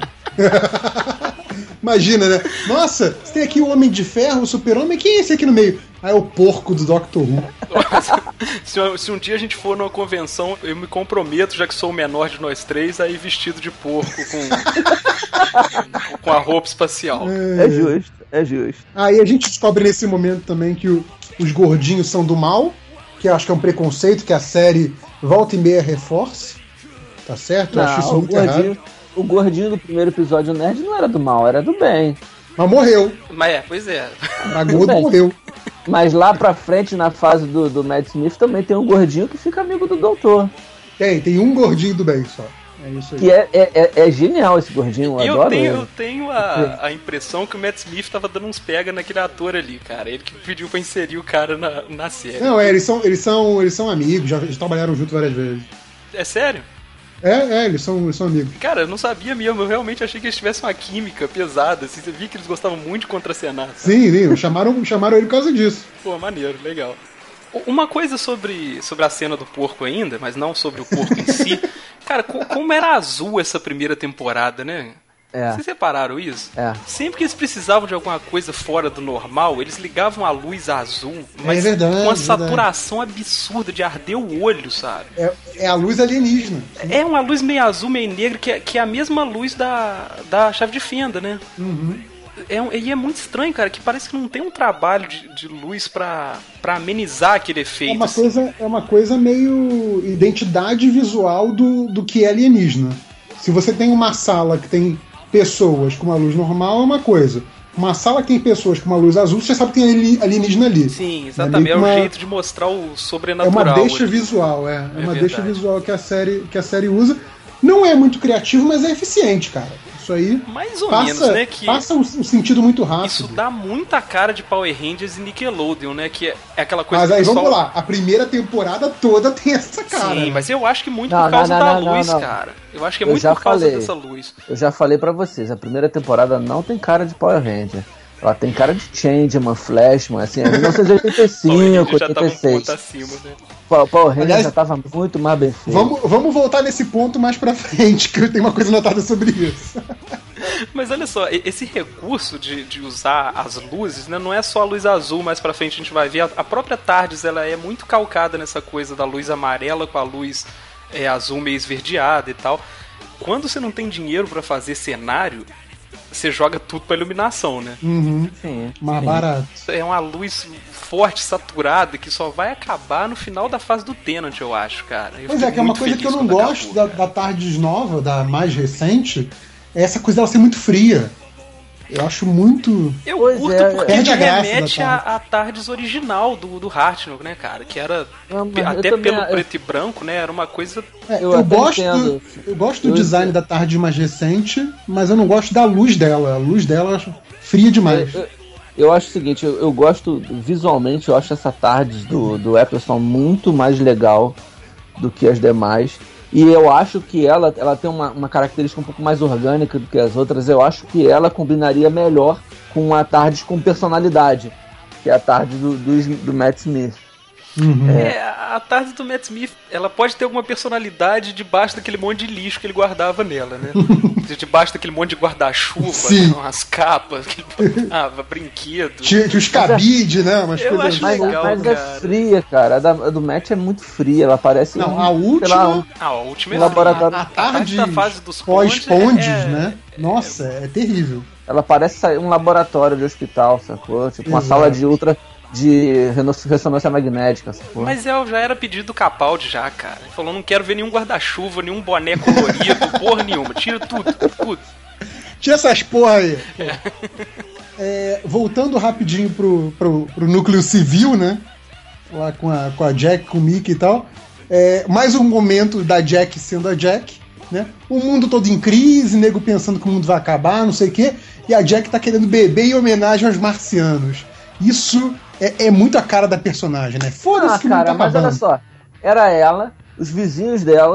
Imagina, né? Nossa, você tem aqui o Homem de Ferro, o Super-Homem. Quem é esse aqui no meio? Ah, é o porco do Doctor Who. se, se um dia a gente for numa convenção, eu me comprometo, já que sou o menor de nós três, a ir vestido de porco com, com a roupa espacial. É, é justo, é justo. Aí a gente descobre nesse momento também que o, os gordinhos são do mal, que eu acho que é um preconceito que a série volta e meia reforça. Tá certo? Eu Não, acho isso o muito gordinho, errado. O gordinho do primeiro episódio nerd não era do mal, era do bem. Mas morreu. Mas é, pois é. A gordo morreu. Mas lá pra frente, na fase do, do Matt Smith, também tem um gordinho que fica amigo do doutor. Tem, tem um gordinho do bem só. É isso aí. Que é, é, é, é genial esse gordinho, eu eu adoro tenho, ele. eu tenho a, a impressão que o Matt Smith tava dando uns pega naquele ator ali, cara. Ele que pediu pra inserir o cara na, na série. Não, é, eles são, eles são, eles são amigos, já, já trabalharam juntos várias vezes. É sério? É, é, eles são, eles são amigos. Cara, eu não sabia mesmo, eu realmente achei que eles tivessem uma química pesada, assim, você via que eles gostavam muito de contracenar. Sim, sim, chamaram, chamaram ele por causa disso. Pô, maneiro, legal. Uma coisa sobre, sobre a cena do porco ainda, mas não sobre o porco em si. Cara, co- como era azul essa primeira temporada, né? É. Vocês repararam isso? É. Sempre que eles precisavam de alguma coisa fora do normal, eles ligavam a luz azul, mas É verdade, com uma é saturação absurda de arder o olho, sabe? É, é a luz alienígena. É uma luz meio azul, meio negra, que é, que é a mesma luz da, da chave de fenda, né? Uhum. É, um- e é muito estranho, cara, que parece que não tem um trabalho de, de luz pra, pra amenizar aquele efeito. É uma, assim. coisa, é uma coisa meio identidade visual do, do que é alienígena. Se você tem uma sala que tem pessoas com uma luz normal, é uma coisa. Uma sala que tem pessoas com uma luz azul, você sabe que tem ali- alienígena ali. Sim, É exatamente. meio É, que um uma- jeito de mostrar o É sobrenatural. uma deixa ali. visual, é. É uma verdade. deixa visual que a, série, que a série usa. Não é muito criativo, mas é eficiente, cara. Isso aí Mais ou passa, menos, né? Que passa o, o sentido muito rápido. isso dá muita cara de Power Rangers e Nickelodeon, né? Que é, é aquela coisa Mas que aí o pessoal... vamos lá, a primeira temporada toda tem essa cara. Sim, né? mas eu acho que muito Não, por causa não, não, da não, luz, não. cara. Eu acho que é Eu muito já por causa falei. dessa luz. Eu já falei pra vocês, a primeira temporada não tem cara de Power Ranger. Ela tem cara de Changeman, Flashman, assim, é mil novecentos e oitenta e cinco, Power Rangers já tava um oitenta e seis. ponto acima, né? O Power Ranger Aliás, já tava muito mais bem feito. Vamos, vamos voltar nesse ponto mais pra frente, que eu tenho uma coisa notada sobre isso. Mas olha só, e- esse recurso de, de usar as luzes, né, não é só a luz azul, mais pra frente a gente vai ver. A, a própria TARDIS, ela é muito calcada nessa coisa da luz amarela com a luz é, azul meio esverdeada e tal. Quando você não tem dinheiro pra fazer cenário, você joga tudo pra iluminação, né? Uhum. Sim, Mais sim. barato. É uma luz forte, saturada, que só vai acabar no final da fase do Tenant, eu acho, cara. Eu Pois fiquei é, que é uma muito coisa que eu feliz não quando gosto acabou, da, cara. da Tardes nova, da mais recente, é essa coisa dela ser muito fria. Eu acho muito. Eu Pois curto é, porque perde me a graça remete da à à Tardes original do, do Hartnell, né, cara? Que era, Não, mas eu até também- pelo eu- preto e branco, né? Era uma coisa... É, Eu eu, até gosto, entendo. eu gosto do Eu design entendo. da Tardes mais recente, mas eu não gosto da luz dela. A luz dela eu acho fria demais. Eu, eu acho o seguinte, eu, eu gosto, visualmente, eu acho essa Tardes do, do Eccleston muito mais legal do que as demais. E eu acho que ela, ela tem uma, uma característica um pouco mais orgânica do que as outras. Eu acho que ela combinaria melhor com a Tardes com personalidade, que é a Tardes do, do, do Matt Smith. Uhum. É, a Tardes do Matt Smith, ela pode ter alguma personalidade debaixo daquele monte de lixo que ele guardava nela, né? De- debaixo daquele monte de guarda-chuva, Sim. né? Umas capas que ele botava, brinquedo. Tinha, tinha os cabide, né? Umas Eu coisas acho Mas, legal, mas cara. é fria, cara. A, da, a do Matt é muito fria. Ela parece Não, um, a sei última- lá, um- Ah, a última é Um laboratório- A, a A Tardes Tardes da fase dos pós-pondes, é- né? Nossa, é terrível. ela parece sair um laboratório de hospital, sacou? Tipo uma Exato. sala de ultra de reno- ressonância magnética, sacou? Mas é, já era pedido do Capaldi já, cara. Ele falou, não quero ver nenhum guarda-chuva, nenhum boné colorido, porra nenhuma. Tira tudo, tudo. Tinha essas porra aí. É, voltando rapidinho pro, pro, pro núcleo civil, né? Lá com a, com a Jack, com o Mickey e tal. É, mais um momento da Jack sendo a Jack, né? O mundo todo em crise, nego pensando que o mundo vai acabar, não sei o quê. E a Jack tá querendo beber em homenagem aos marcianos. Isso é, é muito a cara da personagem, né? Foda-se Ah, que o mundo cara, tá mas olha acabando. só. Era ela, os vizinhos dela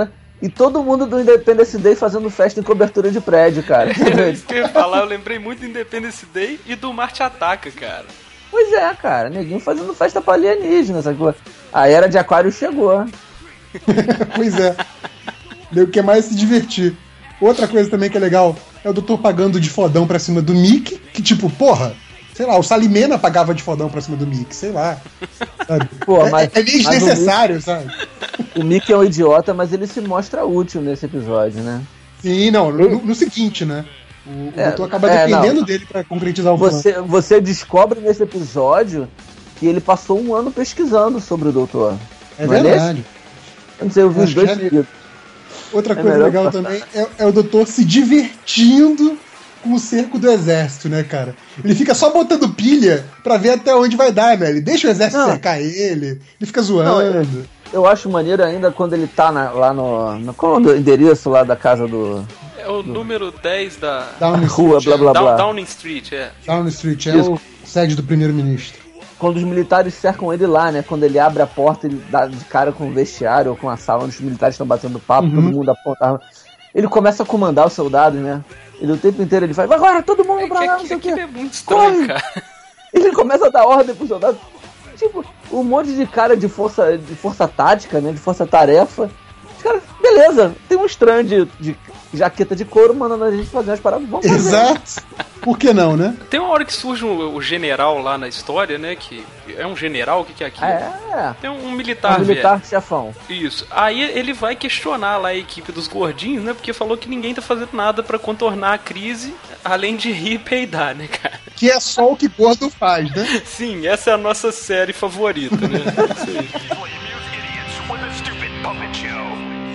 E todo mundo do Independence Day fazendo festa em cobertura de prédio, cara. É isso que eu ia falar, eu lembrei muito do Independence Day e do Marte Ataca, cara. Pois é, cara, neguinho fazendo festa pra alienígena, sacou? A era de Aquário chegou. Pois é. Deu o que mais se divertir. Outra coisa também que é legal é o doutor pagando de fodão pra cima do Mickey, que tipo, porra, sei lá, o Salimena pagava de fodão pra cima do Mickey, sei lá. Sabe? Pô, mas, é, é meio desnecessário, sabe? O Mickey é um idiota, mas ele se mostra útil nesse episódio, né? Sim, não, no, no seguinte, né? O, É, o doutor acaba é, dependendo não. dele pra concretizar o Você, plano. você descobre nesse episódio que ele passou um ano pesquisando sobre o doutor. É não é verdade. nesse? Eu não sei, eu vi Acho os dois que é- seguidos. Outra É coisa melhor legal passar. também é, é o doutor se divertindo com o cerco do exército, né, cara? Ele fica só botando pilha pra ver até onde vai dar, né? Ele deixa o exército Não. cercar ele, ele fica Não, zoando. Eu acho maneiro ainda quando ele tá na- lá no, no. Qual é o endereço lá da casa do. É o número dez da Downing Rua, Street, blá blá Down- blá. Downing Street, é. Downing Street é Isso. o sede do primeiro-ministro. Quando os militares cercam ele lá, né? Quando ele abre a porta, ele dá de cara com o vestiário ou com a sala onde os militares estão batendo papo, Uhum. todo mundo aponta a arma. Ele começa a comandar os soldados, né? Ele o tempo inteiro ele faz, vai agora, todo mundo É pra que lá, não aqui- sei o quê. aquilo é muito estranho, Corre! cara. Ele começa a dar ordem pros soldados. Tipo, um monte de cara de força, de força tática, né? De força-tarefa. Os caras, beleza, tem um strand de, de jaqueta de couro mandando a gente fazer umas paradas. Vamos fazer. Exato. Por que não, né? Tem uma hora que surge o, o general lá na história, né? Que é um general, o que, que é aquilo? É, Tem um um militar, militar chefão. velho. Isso. Aí ele vai questionar lá a equipe dos gordinhos, né? Porque falou que ninguém tá fazendo nada pra contornar a crise, além de rir e peidar, né, cara? Que é só o que gordo faz, né? Sim, essa é a nossa série favorita, né? Isso aí. Play Amuse Idiots with a stupid puppet show.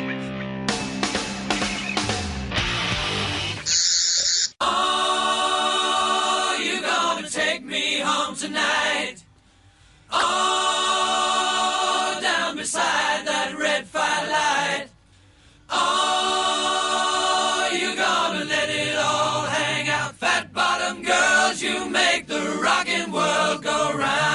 Oh, you gonna take me home tonight? Oh, down beside that red firelight. Oh, you gonna let it all hang out? Fat bottom girls, you make the rockin' world go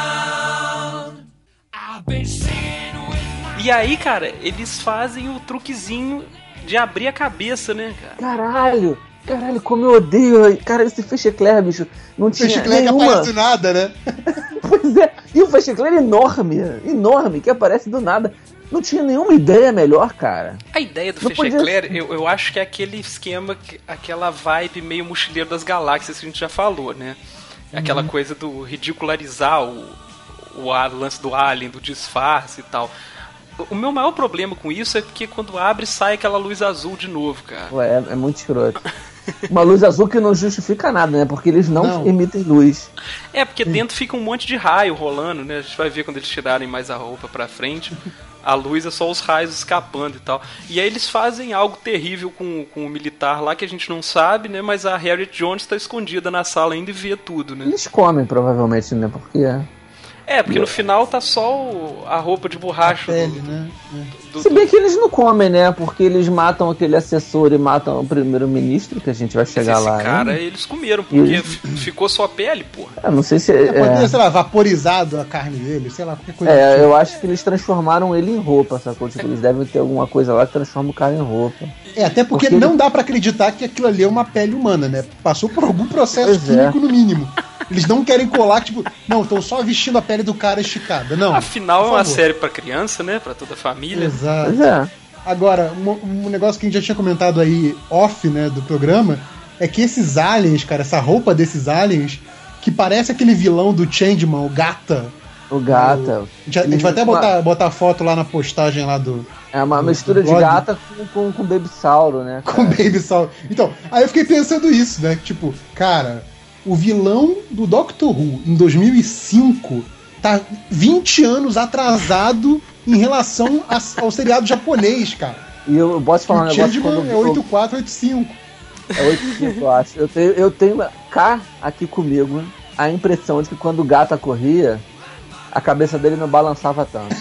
round. I've been singing with my E aí, cara, eles fazem o truquezinho de abrir a cabeça, né, cara? Caralho, caralho, como eu odeio. Cara, esse Fechecler, bicho, não tinha Peixe Clegg nenhuma. aparece do nada, né? Pois é, e o Fechecler enorme, enorme, que aparece do nada. Não tinha nenhuma ideia melhor, cara. A ideia do Não podia Fechecler, eu, eu acho que é aquele esquema, que- aquela vibe meio mochileiro das galáxias que a gente já falou, né? Aquela Uhum. coisa do ridicularizar o, o a- lance do alien, do disfarce e tal. O- O meu maior problema com isso é porque quando abre sai aquela luz azul de novo, cara. Ué, é, é muito escroto. Uma luz azul que não justifica nada, né? Porque eles não, Não. emitem luz. É, porque dentro fica um monte de raio rolando, né? A gente vai ver quando eles tirarem mais a roupa pra frente. A luz é só os raios escapando e tal. E aí eles fazem algo terrível com, com o militar lá que a gente não sabe, né? Mas a Harriet Jones tá escondida na sala ainda e vê tudo, né? Eles comem, provavelmente, né? Porque. É, porque no final tá só o- a roupa de borracha Pele, do, né? do- Se do- bem que eles não comem, né? Porque eles matam aquele assessor e matam o primeiro-ministro, que a gente vai chegar esse lá. cara, hein? eles comeram, porque Eles- fi- ficou só a pele, porra. Eu não sei se. É, poderia, É, sei lá, vaporizado a carne dele, sei lá, qualquer coisa. do é, tipo. eu acho que eles transformaram ele em roupa, sacou? Tipo, eles devem ter alguma coisa lá que transforma o cara em roupa. É, até porque, Porque não dá pra acreditar que aquilo ali é uma pele humana, né? Passou por algum processo Pois é. químico, no mínimo. Eles não querem colar, tipo, não, estão só vestindo a pele do cara esticada. Não. Afinal, é por uma favor. série pra criança, né? Pra toda a família. Exato. Pois é. Agora, um, um negócio que a gente já tinha comentado aí off, né, do programa, é que esses aliens, cara, essa roupa desses aliens, que parece aquele vilão do Changeman, o Gata. O gata. A gente, a gente vai até botar, botar foto lá na postagem lá do. É uma do- mistura do de blog. gata com, com, com Baby Sauro, né? Com Baby Saul. Então, aí eu fiquei pensando isso, né? Tipo, cara, o vilão do Doctor Who em dois mil e cinco tá vinte anos atrasado em relação a- ao seriado japonês, cara. E eu posso falar um o negócio Changeman quando é oito quatro oito cinco. É oito cinco, eu acho. Eu tenho, eu tenho cá aqui comigo a impressão de que quando o gata corria, a cabeça dele não balançava tanto.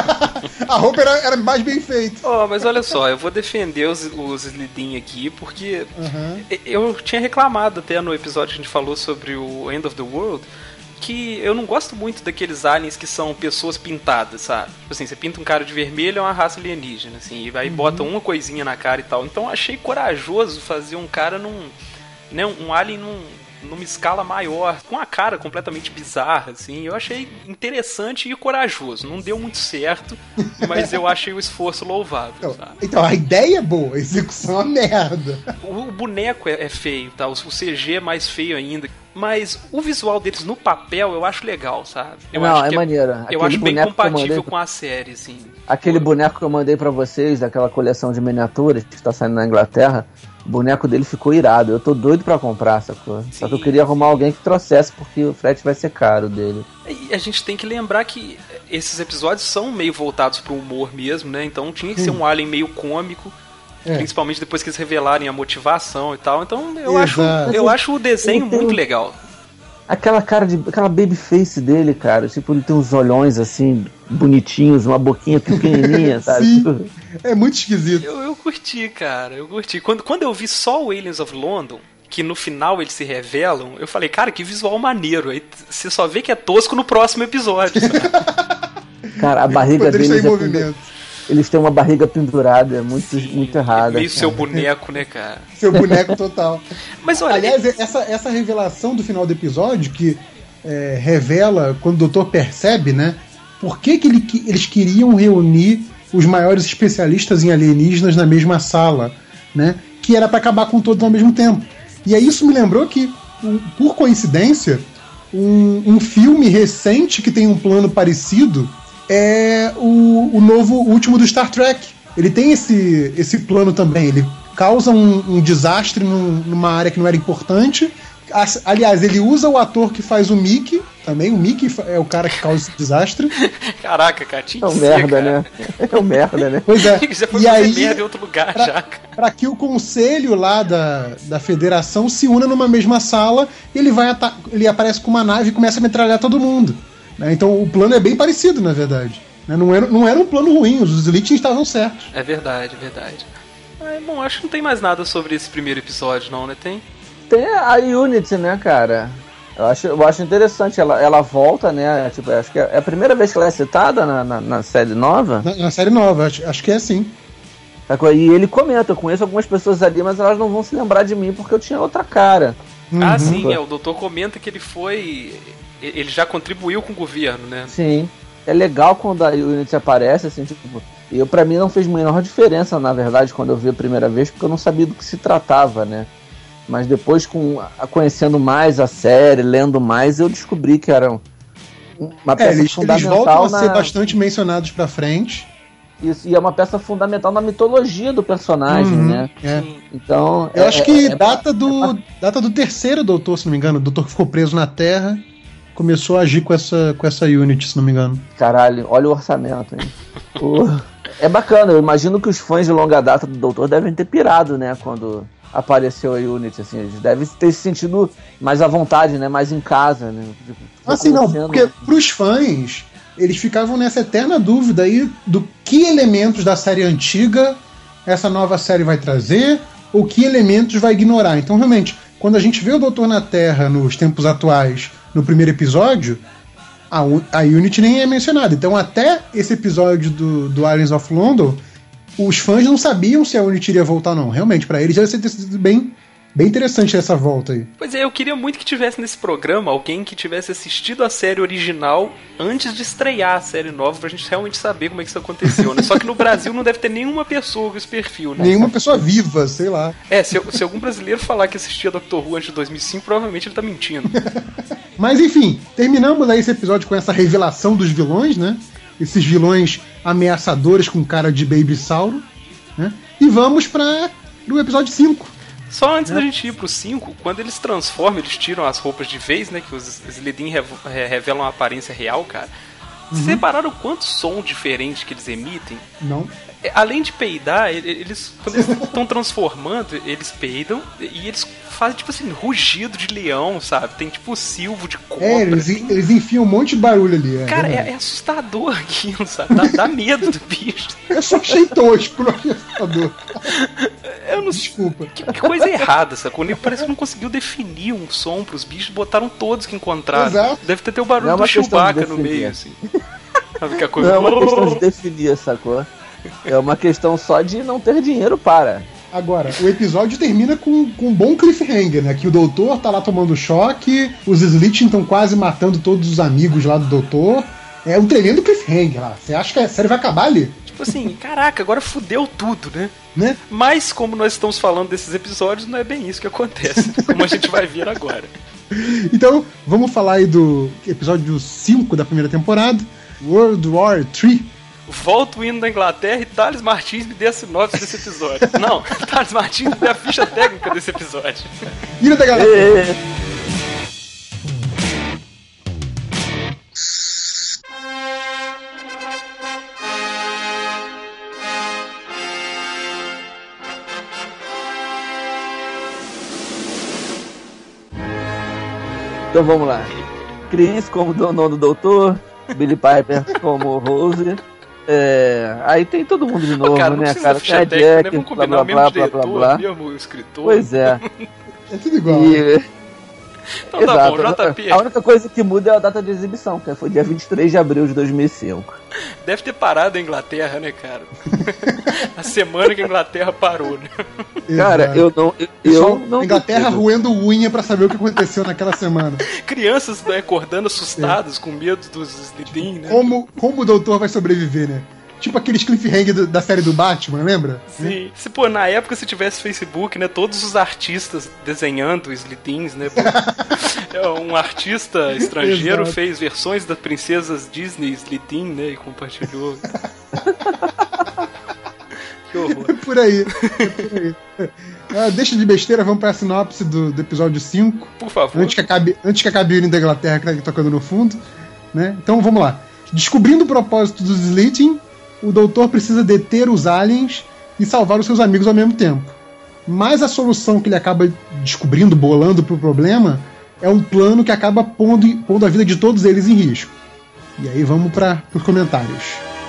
A roupa era, era mais bem feita. Ó, mas olha só, eu vou defender os, os Slidin aqui, porque Uhum. eu tinha reclamado até no episódio que a gente falou sobre o End of the World, que eu não gosto muito daqueles aliens que são pessoas pintadas, sabe? Tipo assim, você pinta um cara de vermelho, é uma raça alienígena, assim, e aí uhum. bota uma coisinha na cara e tal. Então eu achei corajoso fazer um cara num... né, um alien num, numa escala maior, com a cara completamente bizarra, assim. Eu achei interessante e corajoso. Não deu muito certo, mas eu achei o esforço louvável, então, sabe? Então, a ideia é boa, a execução é uma merda. O, o boneco é, é feio, tá? O, o C G é mais feio ainda. Mas o visual deles no papel eu acho legal, sabe? Eu Não, acho é que maneiro. Eu Aquele acho bem boneco que eu compatível mandei- com a série, assim. Aquele boneco que eu mandei pra vocês, daquela coleção de miniaturas que está saindo na Inglaterra, o boneco dele ficou irado. Eu tô doido pra comprar, sacou? Só que eu Sim. queria arrumar alguém que trouxesse, porque o frete vai ser caro dele. E a gente tem que lembrar que esses episódios são meio voltados pro humor mesmo, né? Então tinha que ser um alien meio cômico, É. principalmente depois que eles revelarem a motivação e tal. Então eu, Exato. acho, eu acho o desenho Ele tem muito um- legal. Aquela cara de. Aquela baby face dele, cara. Tipo, ele tem uns olhões assim, bonitinhos, uma boquinha pequenininha, sabe? Sim. Tipo, É muito esquisito. Eu, eu curti, cara, eu curti. Quando, quando eu vi só o Aliens of London, que no final eles se revelam, eu falei, cara, que visual maneiro. Aí você só vê que é tosco no próximo episódio, sabe? cara, a barriga Quando eles deles. estão em é pendu- movimento. Eles têm uma barriga pendurada, é muito, muito errada. Meio cara. seu boneco, né, cara? Seu boneco total. Mas olha, Aliás, essa, essa revelação do final do episódio, que é, revela quando o doutor percebe, né? Por que, que, ele, que eles queriam reunir os maiores especialistas em alienígenas na mesma sala, né? Que era para acabar com todos ao mesmo tempo. E aí isso me lembrou que, um, por coincidência, um, um filme recente que tem um plano parecido é o, o novo o último do Star Trek. Ele tem esse, esse plano também. Ele causa um, um desastre num, numa área que não era importante. As- Aliás, ele usa o ator que faz o Mickey também. O Mickey fa- é o cara que causa esse desastre. caraca, cara, tinha É que um ser, merda, cara. né? É um merda, né? Pois é. Já foi E fazer aí, merda em outro lugar, pra- já, cara. para que o conselho lá da, da federação se una numa mesma sala, ele vai ata- ele aparece com uma nave e começa a metralhar todo mundo. Né? Então o plano é bem parecido, na verdade. Né? Não, era, não era um plano ruim, os Slits estavam certos. É verdade, é verdade. Ah, bom, acho que não tem mais nada sobre esse primeiro episódio, não, né? Tem? Tem a Unity, né, cara? Eu acho, eu acho interessante. Ela, ela volta, né? Tipo, acho que é a primeira vez que ela é citada na, na, na série nova. Na, na série nova, acho, acho que é assim. Sacou? E ele comenta: eu conheço algumas pessoas ali, mas elas não vão se lembrar de mim porque eu tinha outra cara. Ah, Uhum. sim, é, o doutor comenta que ele foi... Ele já contribuiu com o governo, né? Sim. É legal quando a Unity aparece, assim, tipo. Eu, pra mim, não fez a menor diferença, na verdade, quando eu vi a primeira vez, porque eu não sabia do que se tratava, né? Mas depois, com, a- conhecendo mais a série, lendo mais, eu descobri que era um- uma É, peça eles, eles fundamental voltam a na... ser bastante mencionados pra frente. Isso, e é uma peça fundamental na mitologia do personagem, Uhum, né? é. Então... Eu é- acho que é- é- data, do, data do terceiro doutor, se não me engano. O doutor que ficou preso na Terra começou a agir com essa, com essa Unity, se não me engano. Caralho, olha o orçamento, hein? O- É bacana, eu imagino que os fãs de longa data do Doutor devem ter pirado, né? Quando apareceu a Unity, assim, eles devem ter se sentido mais à vontade, né? Mais em casa, né? Tipo, Assim, não, reconhecendo- porque pros fãs, eles ficavam nessa eterna dúvida aí do que elementos da série antiga essa nova série vai trazer, ou que elementos vai ignorar. Então, realmente, quando a gente vê o Doutor na Terra nos tempos atuais, no primeiro episódio, a, U- a Unity nem é mencionada. Então, até esse episódio do, do Aliens of London, os fãs não sabiam se a Unity iria voltar ou não. Realmente, pra eles deve ter sido bem, bem interessante essa volta aí. Pois é, eu queria muito que tivesse nesse programa alguém que tivesse assistido a série original antes de estrear a série nova, pra gente realmente saber como é que isso aconteceu, né? Só que no Brasil não deve ter nenhuma pessoa com esse perfil, né? Nenhuma pessoa viva, sei lá. É, se, se algum brasileiro falar que assistia Doctor Who antes de dois mil e cinco, provavelmente ele tá mentindo. Mas enfim, terminamos aí esse episódio com essa revelação dos vilões, né? Esses vilões ameaçadores com cara de Baby Sauro, né? E vamos para o episódio cinco. Só antes da gente ir pro cinco, quando eles transformam, eles tiram as roupas de vez, né? Que os Sledin rev- re- revelam a aparência real, cara. Vocês repararam quanto som diferente que eles emitem? Não. É, além de peidar, ele- eles, quando eles estão transformando, eles peidam e eles fazem, tipo assim, rugido de leão, sabe? Tem tipo silvo de cobra. É, eles, assim. eles enfiam um monte de barulho ali. É, Cara, é, verdade. é assustador aquilo, sabe? Dá, dá medo do bicho. Eu só achei tosco, não achei assustador. Eu não Desculpa. Que, que coisa errada, sacou? Nem parece que não conseguiu definir um som pros bichos, botaram todos que encontraram. Exato. Deve ter, ter o barulho Não é do uma questão de Chewbacca no definir. meio, assim. Pra ficar coisa... Não é uma questão de definir, sacou? É uma questão só de não ter dinheiro para. Agora, o episódio termina com, com um bom cliffhanger, né? Que o doutor tá lá tomando choque, os Slitting estão quase matando todos os amigos lá do doutor. É um tremendo cliffhanger lá. Você acha que a série vai acabar ali? Tipo assim, caraca, agora fudeu tudo, né? Né? Mas, como nós estamos falando desses episódios, não é bem isso que acontece. Como a gente vai ver agora. Então, vamos falar aí do episódio cinco da primeira temporada, World War três. Volto o hino da Inglaterra e Thales Martins me dê a sinopse desse episódio. Não, Thales Martins me dê a ficha técnica desse episódio. Ilha da Galáxia. É. Então vamos lá. Chris como dono do doutor, Billy Piper como Rose. É, aí tem todo mundo de novo, Ô, cara, não é né, precisa cara? da ficha Tem a técnica, né? Jack, Vamos blá combinar blá o mesmo blá blá diretor, blá blá. mesmo escritor. Pois é. É tudo igual. né? E, Então tá exato. bom, J P. A única coisa que muda é a data de exibição, que foi dia vinte e três de abril de dois mil e cinco. Deve ter parado a Inglaterra, né, cara? A semana que a Inglaterra parou, né? Cara, Exato. eu não. Eu, Pessoal, eu não Inglaterra duvido. roendo unha pra saber o que aconteceu naquela semana. Crianças, né, acordando assustados, com medo dos Slithin, né? Como, como o doutor vai sobreviver, né? Tipo aqueles cliffhanger do- da série do Batman, lembra? Sim. Se, pô, na época, se tivesse Facebook, né, todos os artistas desenhando Slithins, né? Pô, é, um artista estrangeiro Exato. fez versões das princesas Disney Slithin, né, e compartilhou. Que horror. É por aí. É por aí. Ah, deixa de besteira, vamos pra sinopse do, do episódio cinco. Por favor. Antes que acabe, antes que acabe o hino da Inglaterra que tá tocando no fundo, né? Então vamos lá. Descobrindo o propósito dos Slitting, o doutor precisa deter os aliens e salvar os seus amigos ao mesmo tempo. Mas a solução que ele acaba descobrindo, bolando pro problema, é um plano que acaba pondo, pondo a vida de todos eles em risco. E aí vamos para os comentários.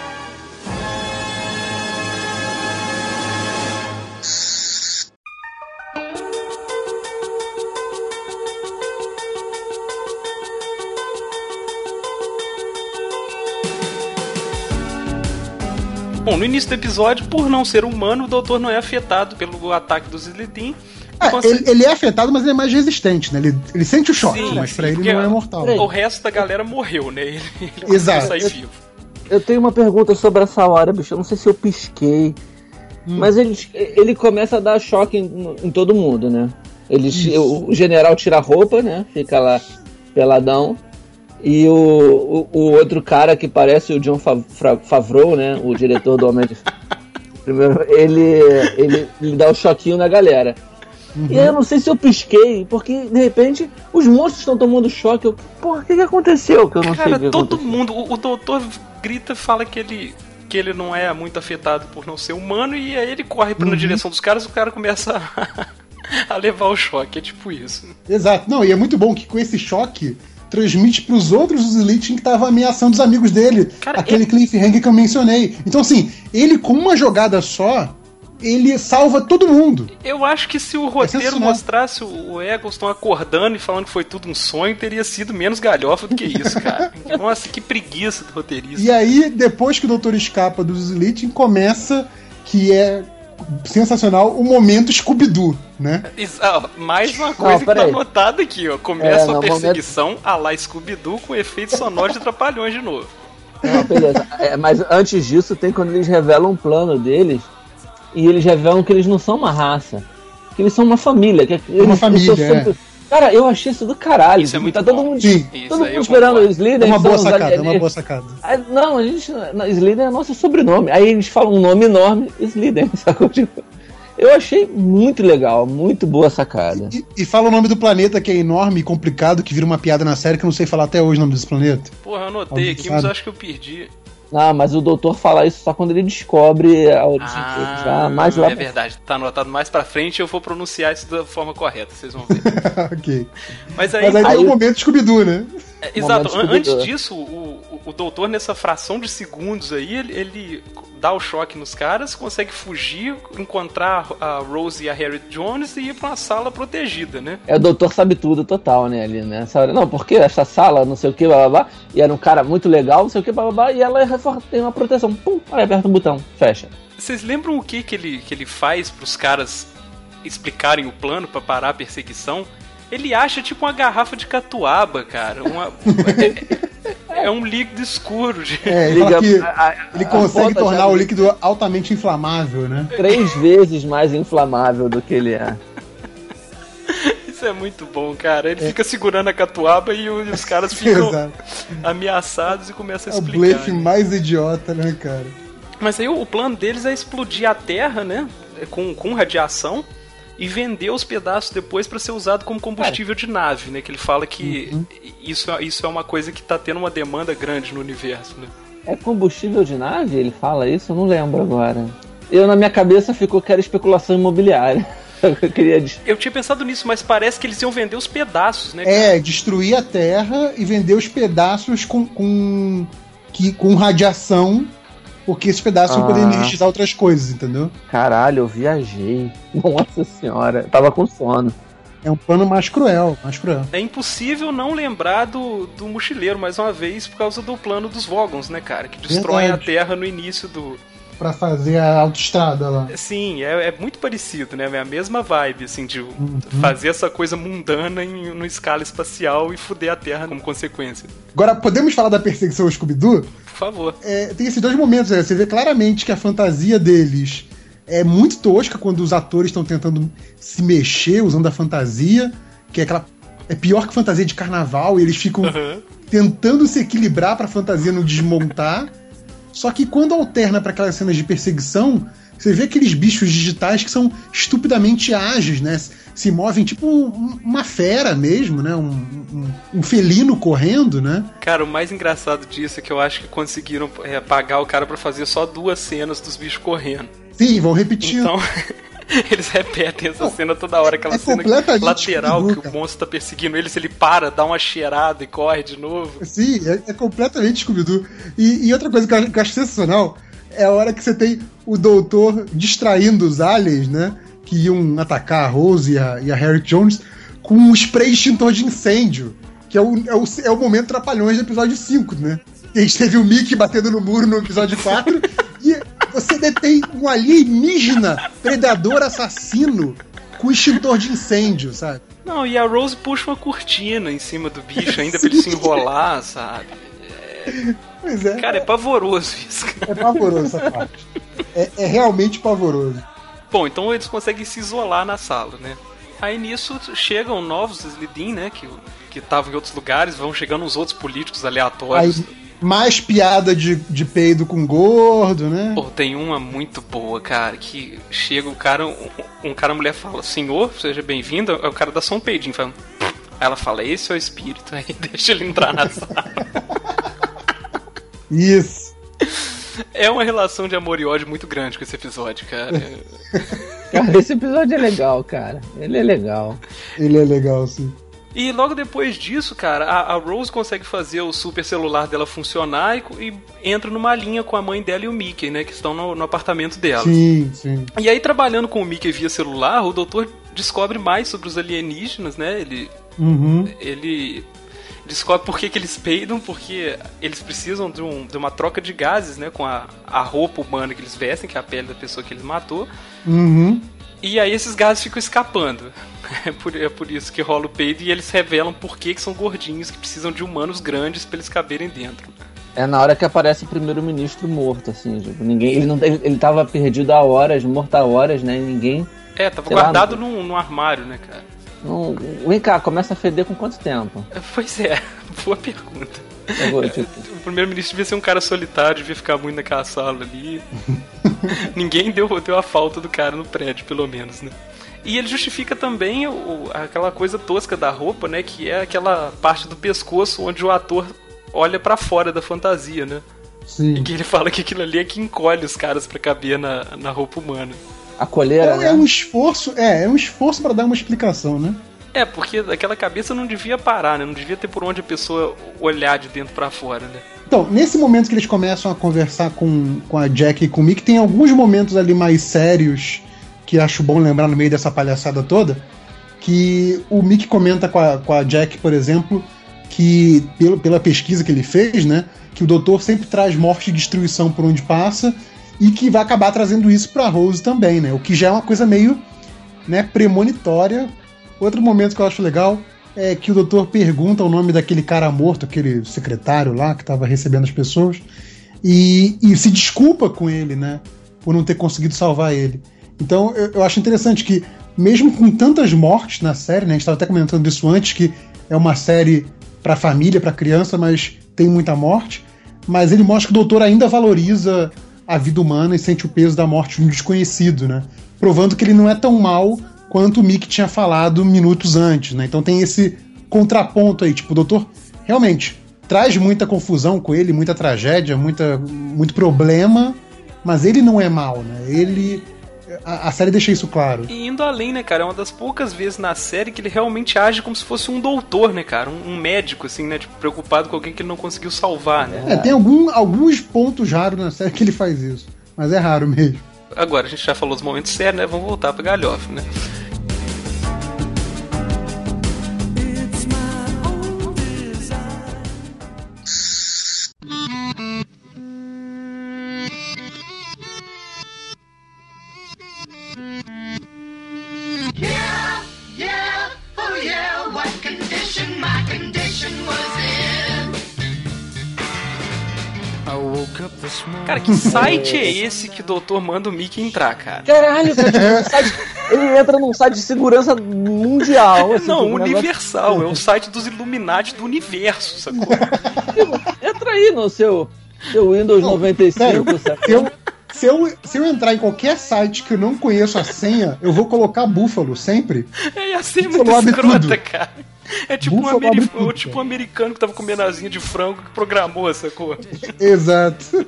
Bom, no início do episódio, por não ser humano, o doutor não é afetado pelo ataque dos Slithin. Ah, ele, ele é afetado, mas ele é mais resistente, né? Ele, ele sente o choque, Sim, mas sim, pra ele porque não é mortal. O resto da galera morreu, né? Ele, ele conseguiu Exato. sair vivo. Eu tenho uma pergunta sobre essa hora, bicho. Eu não sei se eu pisquei. Mas ele, ele começa a dar choque em, em todo mundo, né? Ele, o, o general tira a roupa, né? Fica lá peladão. E o, o, o outro cara que parece o John Fav- Fra- Favreau, né? O diretor do Homem de... Primeiro, ele, ele, ele dá o choquinho na galera. Uhum. E aí eu não sei se eu pisquei, porque de repente os monstros estão tomando choque. Eu, porra, o que, que aconteceu? Que eu não sei o Cara, que todo aconteceu. mundo, o, o doutor grita, fala que ele, que ele não é muito afetado por não ser humano, e aí ele corre pra, na Uhum. direção dos caras, o cara começa a, a levar o choque, é tipo isso. Exato. Não, e é muito bom que com esse choque transmite pros outros os Slitting que estavam ameaçando os amigos dele. Cara, aquele ele- cliffhanger que eu mencionei. Então, assim, ele com uma jogada só, ele salva todo mundo. Eu acho que se o roteiro sensacional. mostrasse o o Eccleston acordando e falando que foi tudo um sonho, teria sido menos galhofa do que isso, cara. Nossa, que preguiça do roteirista. E aí, depois que o doutor escapa dos Slitting, começa, que é sensacional, o momento Scooby-Doo, né? Isso, ó, mais uma coisa que tá peraí. anotada aqui, ó. Começa É, a no perseguição a la Scooby-Doo com efeitos sonoros de trapalhões de novo. Não, beleza. É, mas antes disso tem quando eles revelam um plano deles. E eles revelam que eles não são uma raça. Que eles são uma família. Que eles, Uma eles família, são sempre- Cara, eu achei isso do caralho. Isso é muito tá bom. todo mundo, Sim. Isso todo aí mundo eu esperando concordo. o Slither. É uma boa são os sacada, é uma alienígenas. boa sacada. Ah, não, a gente. não, Slither é nosso sobrenome. Aí eles falam um nome enorme, Slither, sacou? Tipo, eu achei muito legal, muito boa sacada. E, e fala o nome do planeta que é enorme e complicado, que vira uma piada na série que eu não sei falar até hoje o nome desse planeta. Porra, eu anotei Alguém aqui, mas sabe? eu acho que eu perdi. Ah, mas o doutor fala isso só quando ele descobre a origem dele. Já mais lá é verdade, tá anotado mais pra frente, eu vou pronunciar isso da forma correta, vocês vão ver. ok. Mas aí, Mas aí, aí- tem o momento Scooby-Doo, né? É, exato, antes disso, o, o, o doutor, nessa fração de segundos aí, ele, ele dá o choque nos caras, consegue fugir, encontrar a Rose e a Harriet Jones e ir pra uma sala protegida, né? É, o doutor sabe tudo total, né, ali, né? Essa hora, não, porque essa sala, não sei o que, blá, blá, blá, e era um cara muito legal, não sei o que, blá, blá, blá, e ela tem uma proteção, pum, aí aperta o botão, fecha. Vocês lembram o que, que, ele, que ele faz pros caras explicarem o plano pra parar a perseguição? Ele acha tipo uma garrafa de catuaba, cara. Uma, é, é um líquido escuro. De... É, ele, Liga, que a, a, ele consegue tornar já... o líquido altamente inflamável, né? Três vezes mais inflamável do que ele é. Isso é muito bom, cara. Ele é. fica segurando a catuaba e os, e os caras ficam ameaçados e começam a explicar. É o blefe né? mais idiota, né, cara? Mas aí o, o plano deles é explodir a Terra, né? Com, com radiação. E vender os pedaços depois para ser usado como combustível de nave, né? Que ele fala que uhum. isso, isso é uma coisa que tá tendo uma demanda grande no universo, né? É combustível de nave? Ele fala isso? Eu não lembro agora. Eu, na minha cabeça, ficou que era especulação imobiliária. Eu queria... Eu tinha pensado nisso, mas parece que eles iam vender os pedaços, né? Cara? É, destruir a Terra e vender os pedaços com, com, que, com radiação... Porque esses pedaços ah. vão poder energizar outras coisas, entendeu? Caralho, eu viajei. Nossa senhora, eu tava com sono. É um plano mais cruel, mais cruel. É impossível não lembrar do, do mochileiro, mais uma vez, por causa do plano dos Vogons, né, cara? Que destroem Verdade. a Terra no início do... Pra fazer a autoestrada lá. Sim, é, é muito parecido, né? É a mesma vibe, assim, de uhum. fazer essa coisa mundana em uma escala espacial e fuder a Terra como consequência. Agora, podemos falar da perseguição ao Scooby-Doo? Por favor. É, tem esses dois momentos, né? Você vê claramente que a fantasia deles é muito tosca quando os atores estão tentando se mexer usando a fantasia, que é aquela... É pior que fantasia de carnaval, e eles ficam uhum. tentando se equilibrar pra fantasia não desmontar. Só que quando alterna para aquelas cenas de perseguição, você vê aqueles bichos digitais que são estupidamente ágeis, né? Se movem tipo um, uma fera mesmo, né? Um, um, um felino correndo, né? Cara, o mais engraçado disso é que eu acho que conseguiram é, pagar o cara para fazer só duas cenas dos bichos correndo. Sim, vão repetindo. Então, eles repetem essa Não, cena toda hora, aquela é cena lateral que o monstro tá perseguindo eles, ele para, dá uma cheirada e corre de novo. Sim, é, é completamente Scooby-Doo. E, e outra coisa que eu, que eu acho sensacional é a hora que você tem o doutor distraindo os aliens, né? Que iam atacar a Rose e a, e a Harriet Jones com um spray extintor de incêndio, que é o, é o, é o momento trapalhões do episódio cinco, né? E a gente teve o Mickey batendo no muro no episódio quatro e você detém um alienígena predador assassino com extintor de incêndio, sabe? Não, e a Rose puxa uma cortina em cima do bicho ainda pra ele se enrolar, sabe? É... Pois é. Cara, é pavoroso isso. É pavoroso essa parte. É, é realmente pavoroso. Bom, então eles conseguem se isolar na sala, né? Aí nisso chegam novos Slidin, né? Que que estavam em outros lugares, vão chegando uns outros políticos aleatórios. Aí, mais piada de, de peido com gordo, né? Pô, tem uma muito boa, cara, que chega o cara, um, um cara, a mulher fala, senhor, seja bem-vindo, é o cara dá só um peidinho, fala... Aí ela fala, esse é o espírito, aí deixa ele entrar na sala. Isso. É uma relação de amor e ódio muito grande com esse episódio, cara. Cara, esse episódio é legal, cara. Ele é legal. Ele é legal, sim. E logo depois disso, cara, a, a Rose consegue fazer o super celular dela funcionar e, e entra numa linha com a mãe dela e o Mickey, né? Que estão no, no apartamento dela. Sim, sim. E aí, trabalhando com o Mickey via celular, o doutor descobre mais sobre os alienígenas, né? Ele... Uhum. Ele... descobre por que, que eles peidam, porque eles precisam de, um, de uma troca de gases, né, com a, a roupa humana que eles vestem, que é a pele da pessoa que eles matou. Uhum. E aí esses gases ficam escapando. É por, é por isso que rola o peido e eles revelam por que, que são gordinhos, que precisam de humanos grandes para eles caberem dentro. É na hora que aparece o primeiro-ministro morto, assim, tipo, ninguém, ele, não, ele, ele tava perdido há horas, morto há horas, né, e ninguém... É, tava guardado lá, num, num armário, né, cara? Não, vem cá, começa a feder com quanto tempo? Pois é, boa pergunta. Vou, tipo... O primeiro-ministro devia ser um cara solitário, devia ficar muito naquela sala ali. Ninguém deu, deu a falta do cara no prédio, pelo menos, né? E ele justifica também o, aquela coisa tosca da roupa, né? Que é aquela parte do pescoço onde o ator olha pra fora da fantasia, né? Sim. E que ele fala que aquilo ali é que encolhe os caras pra caber na, na roupa humana. A coleira, é, né? É um esforço, é, é um esforço pra dar uma explicação, né? É, porque aquela cabeça não devia parar, né? Não devia ter por onde a pessoa olhar de dentro pra fora, né? Então, nesse momento que eles começam a conversar com, com a Jack e com o Mickey, tem alguns momentos ali mais sérios que acho bom lembrar no meio dessa palhaçada toda, que o Mickey comenta com a, com a Jack, por exemplo, que pelo, pela pesquisa que ele fez, né, que o doutor sempre traz morte e destruição por onde passa e que vai acabar trazendo isso pra Rose também, né, o que já é uma coisa meio, né, premonitória. Outro momento que eu acho legal é que o doutor pergunta o nome daquele cara morto, aquele secretário lá que estava recebendo as pessoas, e, e se desculpa com ele, né, por não ter conseguido salvar ele. Então eu, eu acho interessante que, mesmo com tantas mortes na série, né, a gente estava até comentando isso antes, que é uma série para família, para criança, mas tem muita morte, mas ele mostra que o doutor ainda valoriza a vida humana e sente o peso da morte de um desconhecido, né, provando que ele não é tão mal quanto o Mickey tinha falado minutos antes, né? Então tem esse contraponto aí, tipo, o doutor realmente traz muita confusão com ele, muita tragédia, muita, muito problema, mas ele não é mal, né? Ele... A, a série deixa isso claro. E indo além, né, cara? É uma das poucas vezes na série que ele realmente age como se fosse um doutor, né, cara? Um, um médico, assim, né? Tipo, preocupado com alguém que ele não conseguiu salvar, né? É, tem algum, alguns pontos raros na série que ele faz isso, mas é raro mesmo. Agora, a gente já falou dos momentos sérios, né? Vamos voltar pra galhofa, né? Yeah, yeah, oh yeah, what condition my condition was in. I woke up this morning. Cara, que site é esse que o doutor manda o Mickey entrar, cara? Caralho, cara, tipo, um site, ele entra num site de segurança mundial. Assim, Não, tipo, um universal. negócio... É o site dos Illuminati do universo, sacou? Entra aí no seu, seu Windows Não, noventa e cinco, sério, se eu, se, eu, se eu entrar em qualquer site que eu não conheço a senha, eu vou colocar Búfalo, sempre. É, ia ser Búfalo muito abre escrota, tudo. cara. É tipo um, Búfalo ameri... abre tudo, tipo um americano que tava comendo asinha de frango que programou, sacou? Exato.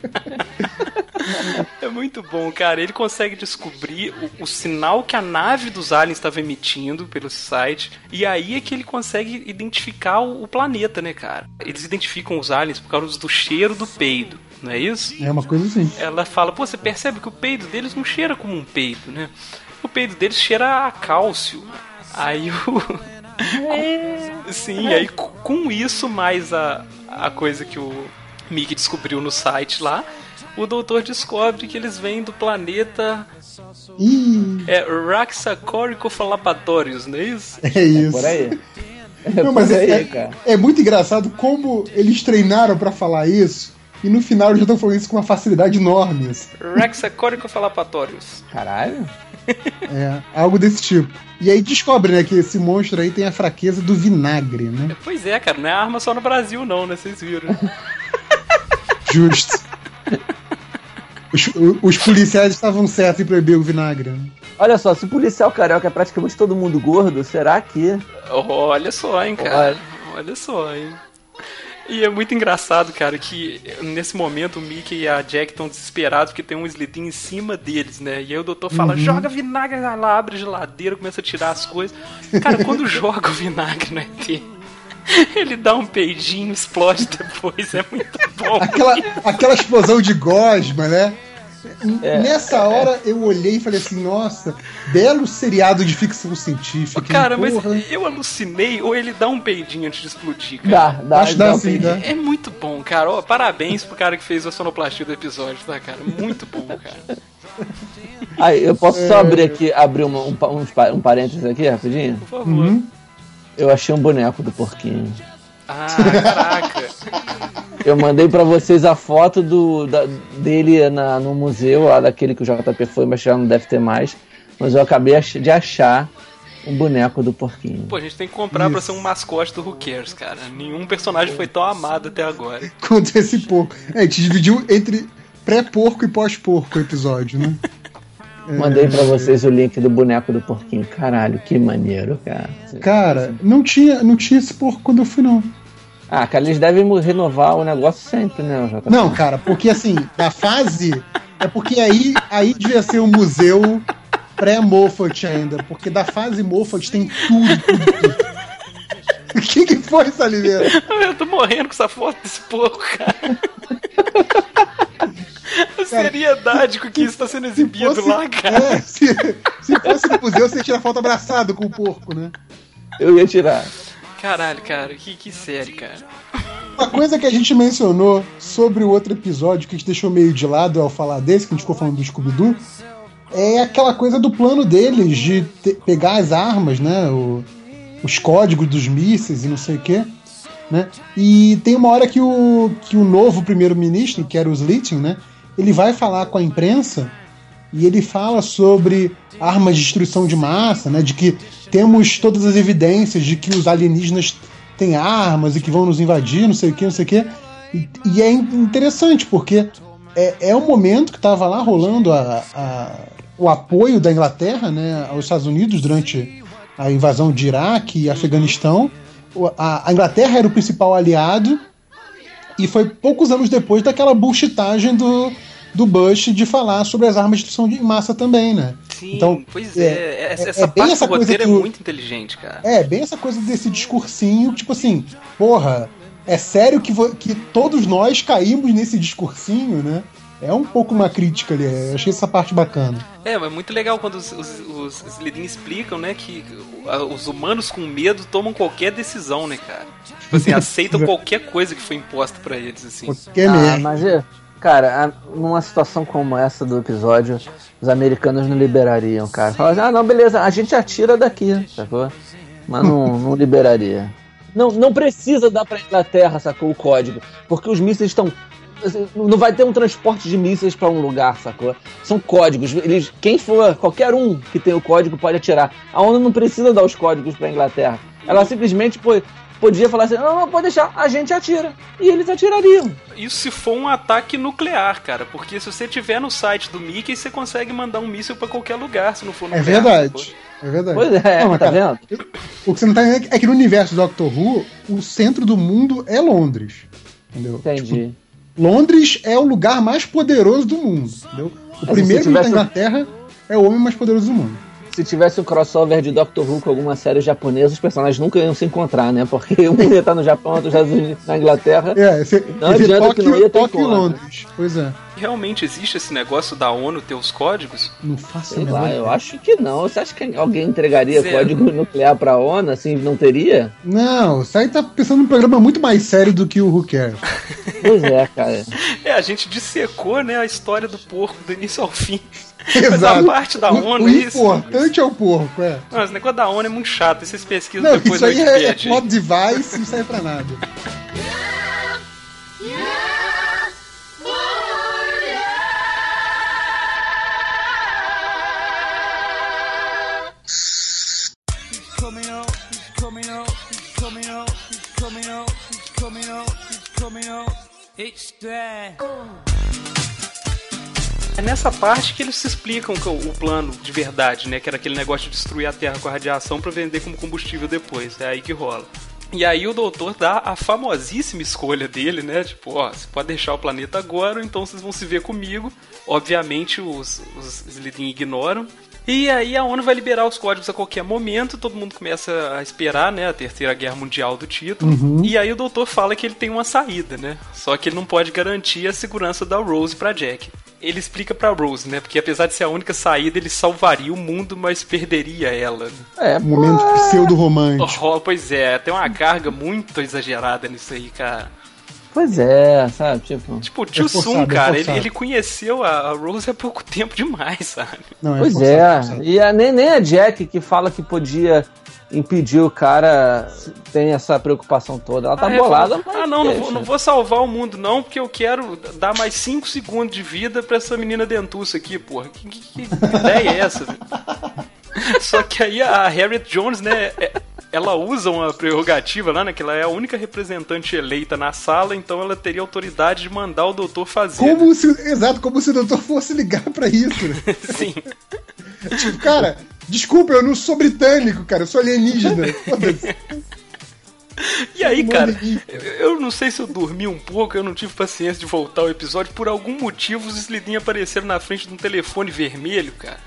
É muito bom, cara. Ele consegue descobrir o, o sinal que a nave dos aliens estava emitindo pelo site. E aí é que ele consegue identificar o, o planeta, né, cara? Eles identificam os aliens por causa do cheiro do peido, não é isso? É uma coisa assim. Ela fala, pô, você percebe que o peido deles não cheira como um peido, né? O peido deles cheira a cálcio. Aí o... Sim, aí com isso, mais a, a coisa que o Mickey descobriu no site lá, o doutor descobre que eles vêm do planeta Ih, é, Raxacoricofallapatorius, não é isso? é isso. Por aí. É Não, mas por é, aí, é, cara. é muito engraçado como eles treinaram pra falar isso e no final eles já estão falando isso com uma facilidade enorme. Assim. Raxacoricofallapatorius. Caralho. É, algo desse tipo. E aí descobre, né, que esse monstro aí tem a fraqueza do vinagre, né? Pois é, cara, não é arma só no Brasil não, né? Vocês viram. Justo. Os, os policiais estavam certos em proibir o vinagre, né? Olha só, se o policial carioca é praticamente todo mundo gordo, será que... Olha só, hein, cara. Olha só, hein. E é muito engraçado, cara, que nesse momento o Mickey e a Jack estão desesperados porque tem um Slidim em cima deles, né? E aí o doutor fala, Uhum. joga vinagre lá, abre a geladeira, começa a tirar as coisas. Cara, quando joga o vinagre no E T, ele dá um peidinho, explode depois, é muito bom. Aquela, aquela explosão de gosma, né? É, Nessa hora eu olhei e falei assim, nossa, belo seriado de ficção científica. Cara, hein, mas porra. eu alucinei ou ele dá um peidinho antes de explodir, cara? Dá, dá. Acho que dá dá um sim, peidinho. dá. É muito bom, cara. Ó, parabéns pro cara que fez a sonoplastia do episódio, tá, cara? Muito bom, cara. Aí, eu posso É. só abrir aqui, abrir uma, um, pa- uns pa- um parênteses aqui, rapidinho? Por favor. Uhum. Eu achei um boneco do porquinho. Ah, caraca. Eu mandei pra vocês a foto do, da- dele na, no museu, lá daquele que o J P foi, mas já não deve ter mais. Mas eu acabei ach- de achar um boneco do porquinho. Pô, a gente tem que comprar pra Isso. ser um mascote do Who Cares, cara. Nenhum personagem foi tão amado até agora. Quanto esse porco. É, a gente dividiu entre pré-porco e pós-porco o episódio, né? Mandei pra vocês o link do boneco do porquinho. Caralho, que maneiro, cara. Cara, não tinha, não tinha esse porco quando eu fui, não. Ah, cara, eles devem renovar o negócio sempre, né, J P? Não, cara, porque assim, na fase. É porque aí, aí devia ser um museu pré-Moffat ainda, porque da fase Moffat tem tudo, tudo, tudo. O que, que foi, Saliveira? Eu tô morrendo com essa foto desse porco, cara. A seriedade com que isso tá sendo exibido fosse, lá, cara. É, se, se fosse no museu, você ia tirar foto abraçado com o porco, né? Eu ia tirar. Caralho, cara, que, que série, cara. Uma coisa que a gente mencionou sobre o outro episódio, que a gente deixou meio de lado ao falar desse, que a gente ficou falando do Scooby-Doo, é aquela coisa do plano deles de te, pegar as armas, né? O, os códigos dos mísseis e não sei o quê, né? E tem uma hora que o, que o novo primeiro-ministro, que era o Slitin, né? Ele vai falar com a imprensa e ele fala sobre armas de destruição de massa, né? De que temos todas as evidências de que os alienígenas têm armas e que vão nos invadir, não sei o quê, não sei o quê. E, e é interessante, porque é, é um momento que estava lá rolando a, a, o apoio da Inglaterra, né, aos Estados Unidos durante a invasão de Iraque e Afeganistão. A, a Inglaterra era o principal aliado e foi poucos anos depois daquela bullshitagem do, do Bush de falar sobre as armas de destruição de massa também, né? Sim, então, pois é. é essa é, essa é bem parte essa do coisa roteiro que é o, muito inteligente, cara. É, bem essa coisa desse discursinho, tipo assim, porra, é sério que, vo, que todos nós caímos nesse discursinho, né? É um pouco uma crítica ali, eu achei essa parte bacana. É, mas é muito legal quando os, os, os Slytherin explicam, né, que os humanos com medo tomam qualquer decisão, né, cara? Tipo assim, aceitam qualquer coisa que foi imposta pra eles, assim. Qualquer Ah, merda. mas, cara, numa situação como essa do episódio, os americanos não liberariam, cara. Falaram assim, ah, não, beleza, a gente atira daqui, sacou? Mas não, não liberaria. Não, não precisa dar pra Inglaterra, sacou, o código, porque os mísseis estão... Não vai ter um transporte de mísseis pra um lugar, sacou? São códigos. Eles, quem for, qualquer um que tem o código pode atirar. A ONU não precisa dar os códigos pra Inglaterra. Ela simplesmente pô, podia falar assim, não, não, pode deixar, a gente atira. E eles atirariam. Isso se for um ataque nuclear, cara. Porque se você tiver no site do Mickey, você consegue mandar um míssil pra qualquer lugar, se não for nuclear. É verdade. É verdade. Pois é, não, mas, tá cara, vendo? O que você não tá entendendo é que no universo do Doctor Who, o centro do mundo é Londres. Entendeu? Entendi. Tipo, Londres é o lugar mais poderoso do mundo, entendeu? O Mas primeiro se tivesse... da Inglaterra é o homem mais poderoso do mundo. Se tivesse um crossover de Doctor Who com alguma série japonesa, os personagens nunca iam se encontrar, né? Porque um ia estar no Japão, outro já na Inglaterra. É, você, não adianta Tóquio, que não ia ter Tóquio e encontro. Londres. Pois é. Realmente existe esse negócio da ONU ter os códigos? Não faço Sei a menor lá, ideia. eu acho que não. Você acha que alguém entregaria Zero. código nuclear pra ONU, assim, não teria? Não, você aí tá pensando num programa muito mais sério do que o Who Cares. Pois é, cara. É, a gente dissecou, né, a história do porco do início ao fim. Mas a Exato. parte da O, ONU o é isso. importante é o porco, é. Não, esse negócio da ONU é muito chato. Vocês pesquisam Não, depois isso aí no é, é Wikipedia. plot device e não serve pra nada. Coming out, he's coming out, he's coming out, he's coming out, he's coming out, he's coming out. It's there. É nessa parte que eles se explicam que o, o plano de verdade, né? Que era aquele negócio de destruir a Terra com a radiação pra vender como combustível depois. É aí que rola. E aí o doutor dá a famosíssima escolha dele, né? Tipo, ó, você pode deixar o planeta agora, ou então vocês vão se ver comigo. Obviamente os, os Slytherin ignoram. E aí a ONU vai liberar os códigos a qualquer momento, todo mundo começa a esperar, né, a Terceira Guerra Mundial do título. Uhum. E aí o doutor fala que ele tem uma saída, né? Só que ele não pode garantir a segurança da Rose pra Jack. Ele explica pra Rose, né? Porque apesar de ser a única saída, ele salvaria o mundo, mas perderia ela. Né? É, Um momento pseudo-romântico. Oh, pois é, tem uma carga muito exagerada nisso aí, cara. pois é, sabe? Tipo. Tipo, o Tio É forçado, Sun, é cara, ele, forçado. ele conheceu a a Rose há pouco tempo demais, sabe? Não, Pois forçado, é. forçado. E a, nem, nem a Jack que fala que podia impedir o cara tem essa preocupação toda. Ela tá Ah, é, bolada, falou, mas. ah, não, não deixa. vou, não vou salvar o mundo, não, porque eu quero dar mais cinco segundos de vida pra essa menina dentuça aqui, porra. Que, que, que ideia é essa? velho? Só que aí a Harriet Jones, né, é- ela usa uma prerrogativa lá, né, que ela é a única representante eleita na sala, então ela teria autoridade de mandar o doutor fazer. Como se, exato, como se o doutor fosse ligar pra isso. Né? Sim. Tipo, cara, desculpa, eu não sou britânico, cara, eu sou alienígena. Foda-se. E aí, Todo cara, mundo aqui. eu, eu não sei se eu dormi um pouco, eu não tive paciência de voltar ao episódio. Por algum motivo, os Slytherin apareceram na frente de um telefone vermelho, cara.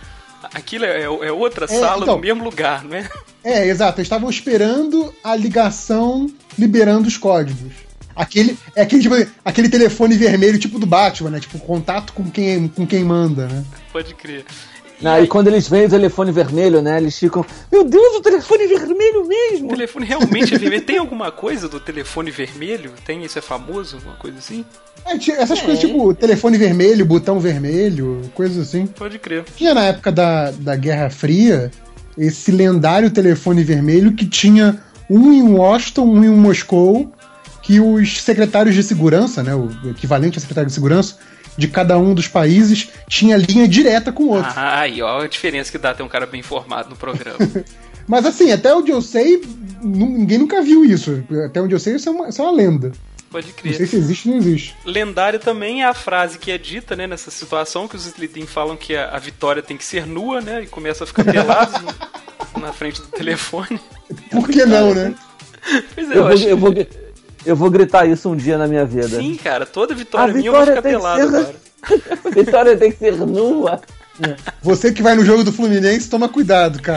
Aquilo é, é outra É, sala então. no mesmo lugar, não é? É, exato. Eles estavam esperando a ligação liberando os códigos. Aquele, é aquele, tipo, aquele telefone vermelho tipo do Batman, né? Tipo, contato com quem, com quem manda, né? Pode crer. E Não, aí, e quando eles veem o telefone vermelho, né? Eles ficam, meu Deus, o telefone vermelho o mesmo! telefone realmente é vermelho. Tem alguma coisa do telefone vermelho? Tem, isso é famoso? Alguma coisa assim? É, tinha essas É. coisas tipo telefone vermelho, botão vermelho, coisas assim. Pode crer. Tinha na época da, da Guerra Fria esse lendário telefone vermelho que tinha um em Washington, um em Moscou, que os secretários de segurança, né, o equivalente a secretário de segurança de cada um dos países, tinha linha direta com o outro. Ah, aí, ó, a diferença que dá ter um cara bem informado no programa. Mas assim, até onde eu sei, nu- ninguém nunca viu isso. Até onde eu sei, isso é uma, isso é uma lenda. Pode Não crer. sei se existe ou não existe. Lendária também é a frase que é dita, né, nessa situação, que os Slytherin falam que a, a Vitória tem que ser nua, né, e começa a ficar pelado no- na frente do telefone. Por que não, né? Pois é, Eu eu, vou, acho... eu, vou, eu vou gritar isso um dia na minha vida. Sim, cara, toda vitória A minha eu vou Vitória ficar tem que pelado ser- agora. A Vitória tem que ser nua. Você que vai no jogo do Fluminense, toma cuidado, cara.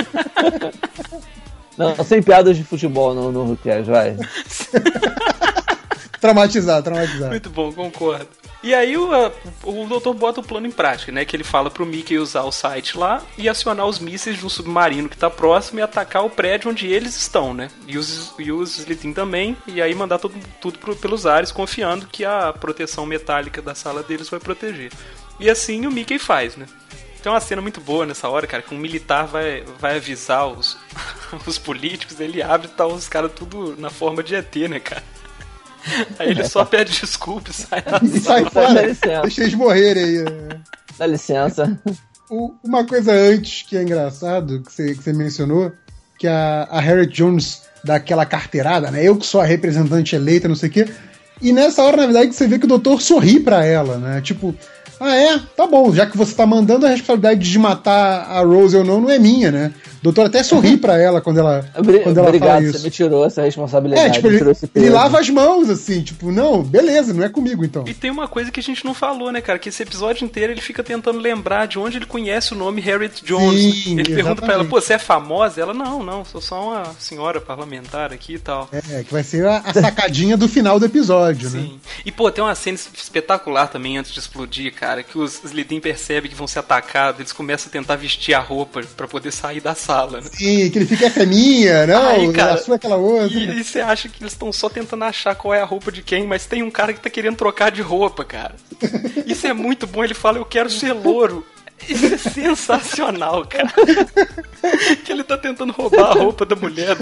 Não, sem piadas de futebol no, no Ruquez, vai. Traumatizado, traumatizado. Muito bom, concordo. E aí o, a- o doutor bota o plano em prática, né? Que ele fala pro Mickey usar o site lá e acionar os mísseis de um submarino que tá próximo e atacar o prédio onde eles estão, né? E os, e os Slytherin também, e aí mandar todo, tudo pro- pelos ares, confiando que a proteção metálica da sala deles vai proteger. E assim o Mickey faz, né? Tem uma cena muito boa nessa hora, cara, que um militar vai, vai avisar os, os políticos, ele abre e tá os caras tudo na forma de E T, né, cara? Aí ele só pede desculpa e sai da E sai sala. Dá fora. licença. Deixa eles morrerem aí. né? Dá licença. O- Uma coisa antes que é engraçado, que você, que você mencionou, que a, a Harriet Jones dá aquela carteirada, né? Eu que sou a representante eleita, não sei o quê. E nessa hora, na verdade, você vê que o doutor sorri pra ela, né? Tipo, ah, é? Tá bom, já que você tá mandando, a responsabilidade de matar a Rose ou não não é minha, né? O doutor até sorri pra ela quando ela, Obri- quando ela Obrigado, fala você isso. me tirou essa responsabilidade. É, tipo, me ele, tirou esse ele peso. lava as mãos, assim, tipo, não, beleza, não é comigo, então. E tem uma coisa que a gente não falou, né, cara? Que esse episódio inteiro ele fica tentando lembrar de onde ele conhece o nome Harriet Jones. Sim, ele pergunta pra ela, exatamente. pô, você é famosa? Ela, não, não, sou só uma senhora parlamentar aqui e tal. É, que vai ser a, a sacadinha do final do episódio, né? Sim. E, pô, tem uma cena espetacular também antes de explodir, cara, que os Slytherin percebem que vão ser atacados, eles começam a tentar vestir a roupa pra poder sair da sala, né? Sim, que ele fica, essa é minha, não, Aí, cara, a sua é aquela outra. E, e você acha que eles estão só tentando achar qual é a roupa de quem, mas tem um cara que tá querendo trocar de roupa, cara. Isso é muito bom, ele fala, eu quero ser louro. Isso é sensacional, cara. Que ele tá tentando roubar a roupa da mulher.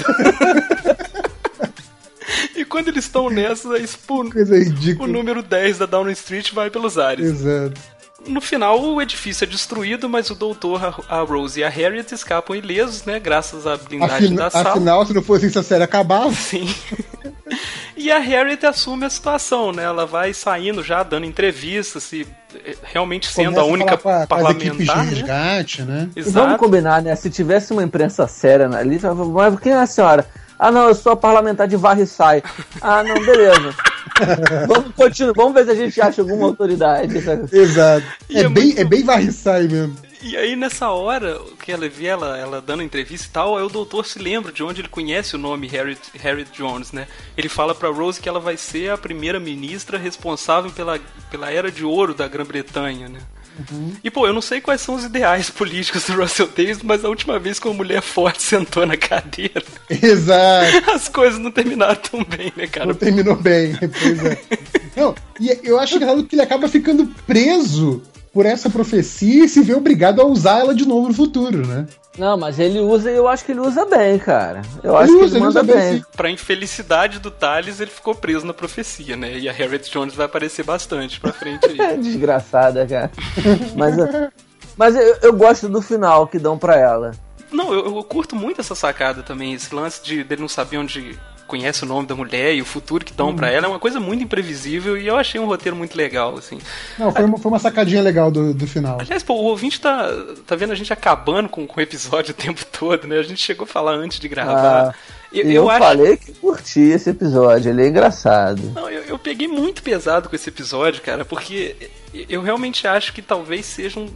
E quando eles estão nessa, expo- Coisa o ridícula. número dez da Downing Street vai pelos ares. Exato. No final, o edifício é destruído, mas o doutor, a a Rose e a Harriet escapam ilesos, né? Graças à blindagem Afina- da sala. afinal, se não fosse isso, a série acabava. Sim. E a Harriet assume a situação, né? Ela vai saindo já, dando entrevistas, se eh, realmente sendo Começa a única falar com a- com as equipes de parlamentar. Né? resgate, né? E vamos Exato. combinar, né? Se tivesse uma imprensa séria ali, mas quem é a senhora? Ah, não, eu sou a parlamentar de varre e sai. Ah, não, beleza. Vamos continuar, vamos ver se a gente acha alguma autoridade. Exato. E É, é bem, muito- é bem varriçai mesmo. E aí, nessa hora, que ela vê ela, ela dando entrevista e tal, aí o doutor se lembra de onde ele conhece o nome Harriet, Harriet Jones, né? Ele fala pra Rose que ela vai ser a primeira ministra responsável pela, pela era de ouro da Grã-Bretanha, né? E, pô, eu não sei quais são os ideais políticos do Russell Davies, mas a última vez que uma mulher forte sentou na cadeira, Exato. as coisas não terminaram tão bem, né, cara? Não terminou bem. Pois é. Não, e eu acho engraçado que ele acaba ficando preso por essa profecia e se vê obrigado a usar ela de novo no futuro, né? Não, mas ele usa e eu acho que ele usa bem, cara. Eu Ele acho que usa, ele ele manda usa bem, bem. sim. Pra infelicidade do Thales, ele ficou preso na profecia, né? E a Harriet Jones vai aparecer bastante pra frente aí. É desgraçada, cara. Mas, eu- mas eu, eu gosto do final que dão pra ela. Não, eu, eu curto muito essa sacada também, esse lance de dele não saber onde conhece o nome da mulher e o futuro que dão pra ela, é uma coisa muito imprevisível e eu achei um roteiro muito legal, assim. Não, foi uma, foi uma sacadinha legal do, do final. Aliás, pô, o ouvinte tá, tá vendo a gente acabando com, com o episódio o tempo todo, né? A gente chegou a falar antes de gravar. Ah, E eu, falei que curti esse episódio, ele é engraçado. Não, eu, eu peguei muito pesado com esse episódio, cara, porque eu realmente acho que talvez seja um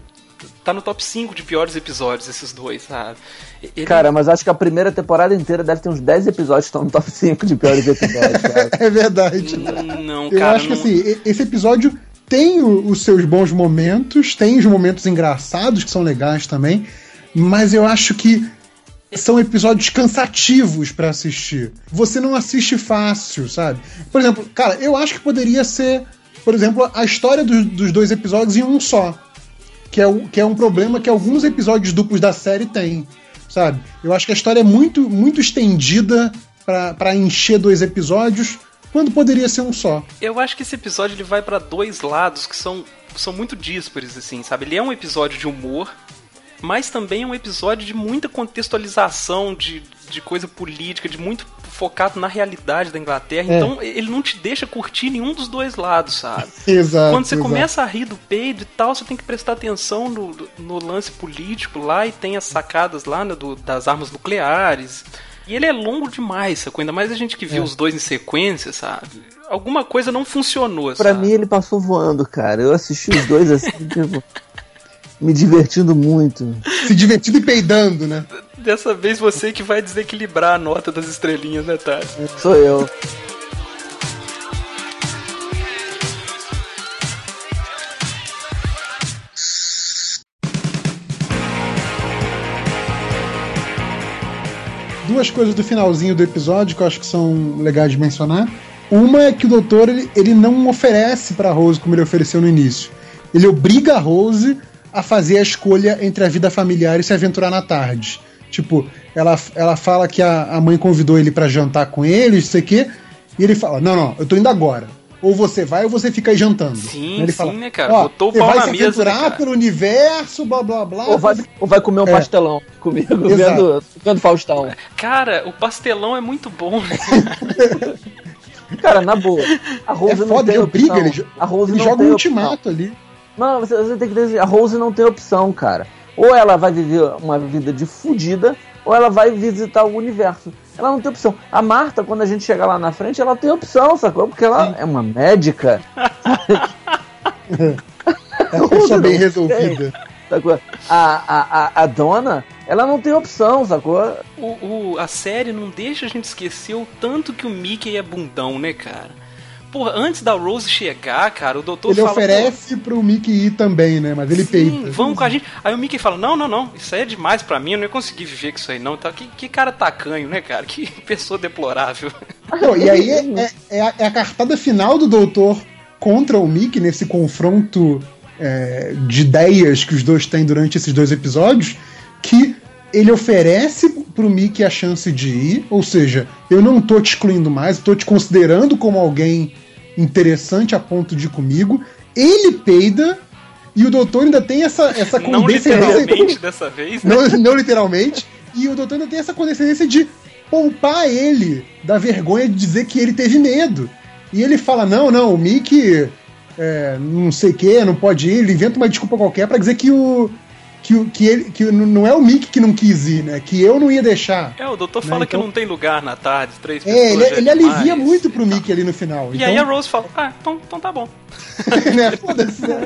tá no top cinco de piores episódios, esses dois, sabe? Ele... Cara, mas acho que a primeira temporada inteira deve ter uns dez episódios que estão no top cinco de piores episódios, cara. É verdade. Não, Eu cara, acho não... que assim, esse episódio tem o- os seus bons momentos, tem os momentos engraçados que são legais também, mas eu acho que são episódios cansativos pra assistir. Você não assiste fácil, sabe? Por exemplo, cara, eu acho que poderia ser, por exemplo, a história dos, dos dois episódios em um só. Que é, o- que é um problema que alguns episódios duplos da série têm, sabe? Eu acho que a história é muito, muito estendida pra, pra encher dois episódios, quando poderia ser um só. Eu acho que esse episódio ele vai pra dois lados que são, são muito díspares, assim, sabe? Ele é um episódio de humor, mas também é um episódio de muita contextualização, de, de coisa política, de muito focado na realidade da Inglaterra. É. Então ele não te deixa curtir nenhum dos dois lados, sabe? Exato. Quando você exato. começa a rir do peido e tal, você tem que prestar atenção no, no lance político lá, e tem as sacadas lá, né, do- das armas nucleares. E ele é longo demais, sacou? Ainda mais a gente que viu É. os dois em sequência, sabe? Alguma coisa não funcionou, Pra sabe? mim ele passou voando, cara. Eu assisti os dois assim, tipo, me divertindo muito. Se divertindo e peidando, né? Dessa vez você que vai desequilibrar a nota das estrelinhas, né, Tati? Sou eu. Duas coisas do finalzinho do episódio que eu acho que são legais de mencionar. Uma é que o doutor ele, ele não oferece pra Rose como ele ofereceu no início. Ele obriga a Rose a fazer a escolha entre a vida familiar e se aventurar na tarde. Tipo, ela, ela fala que a, a mãe convidou ele pra jantar com ele, não sei o quê, e ele fala: Não, não, eu tô indo agora. Ou você vai ou você fica aí jantando. Sim, ele sim, fala, né, cara? Ó, Botou o você pau vai na se mesa, aventurar né, cara? pelo universo, blá blá blá. Ou vai, ou vai comer um É. pastelão comigo, Exato. vendo, vendo Faustão. Cara, o pastelão é muito bom, né? Cara, na boa. A Rose É não foda, tem ele opção. obriga, ele, jo- a Rose ele não joga tem um opção. ultimato ali. Não, você, você tem que dizer, a Rose não tem opção, cara. Ou ela vai viver uma vida de fudida, ou ela vai visitar o universo. Ela não tem opção. A Marta, quando a gente chegar lá na frente, ela tem opção, sacou? Porque ela Sim. é uma médica. É uma pessoa bem resolvida. Sacou? A, a, a, a dona, ela não tem opção, sacou? O, o- a série não deixa a gente esquecer o tanto que o Mickey é bundão, né, cara? Porra, antes da Rose chegar, cara, o doutor Ele fala... oferece pro Mickey ir também, né? Mas ele Sim, peita. vamos com a gente. Aí o Mickey fala, não, não, não, isso aí é demais pra mim, eu não ia conseguir viver com isso aí não. Tá? Que, que cara tacanho, né, cara? Que pessoa deplorável. Não, e aí é, é- é a, é a cartada final do doutor contra o Mickey nesse confronto é, de ideias que os dois têm durante esses dois episódios, que ele oferece pro Mickey a chance de ir, ou seja, eu não tô te excluindo mais, eu tô te considerando como alguém interessante a ponto de ir comigo. Ele peida e o doutor ainda tem essa, essa Não condescendência. literalmente dessa vez, né? Não, não literalmente. E o doutor ainda tem essa condescendência de poupar ele da vergonha de dizer que ele teve medo. E ele fala: não, não, o Mickey é, não sei o que, não pode ir. Ele inventa uma desculpa qualquer pra dizer que o. Que, o- que, ele, que não é o Mickey que não quis ir, né? Que eu não ia deixar. É, o doutor Né, fala que então- não tem lugar na tarde, três pessoas. É, ele, já é ele alivia demais, muito e pro tal. Mickey ali no final. E então, aí a Rose fala, ah, então, então tá bom. né, foda-se, né?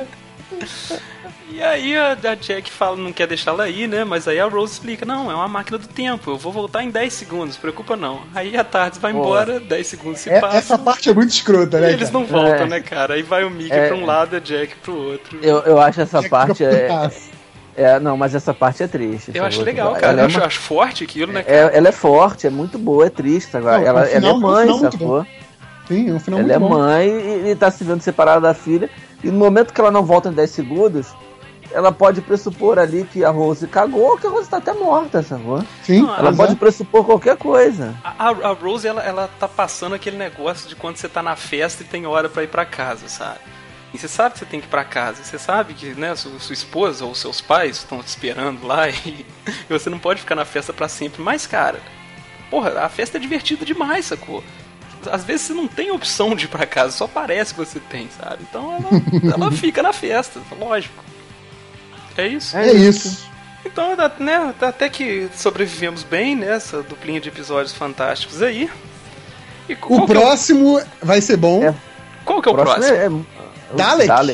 E aí a, a Jack fala, não quer deixar ela ir, né? Mas aí a Rose explica, não, é uma máquina do tempo, eu vou voltar em dez segundos, se preocupa não. Aí a Tardes vai Pô. embora, dez segundos se É- passam. essa parte é muito escrota, E né? eles cara? não voltam, É. né, cara? Aí vai o Mickey É. pra um lado e a Jack pro outro. Eu, eu acho essa Jack parte. fica É, putaço. é, não, mas essa parte é triste. Eu acho sacou? legal, Ela cara. é Eu acho, uma- acho forte aquilo, né, cara? É, ela é forte, é muito boa, é triste agora. Não, ela, no ela final- é no mãe, final muito sacou? Sim, é um final Ela muito é bom. mãe e, e tá se vendo separada da filha. E no momento que ela não volta em dez segundos, ela pode pressupor ali que a Rose cagou ou que a Rose tá até morta, sacou? Sim, Não, Ela exato. pode pressupor qualquer coisa. A, a Rose, ela, ela tá passando aquele negócio de quando você tá na festa e tem hora pra ir pra casa, sabe? E você sabe que você tem que ir pra casa. Você sabe que, né, sua, sua esposa ou seus pais estão te esperando lá e, e você não pode ficar na festa pra sempre. Mas, cara, porra, a festa é divertida demais, sacou? Às vezes você não tem opção de ir pra casa, só parece que você tem, sabe? Então ela, ela fica na festa, lógico. É isso. É isso. Então, né, até que sobrevivemos bem nessa duplinha de episódios fantásticos aí. E O qual que é próximo vai ser bom. É. Qual que é o próximo? é, é, é o Dalek? Dalek.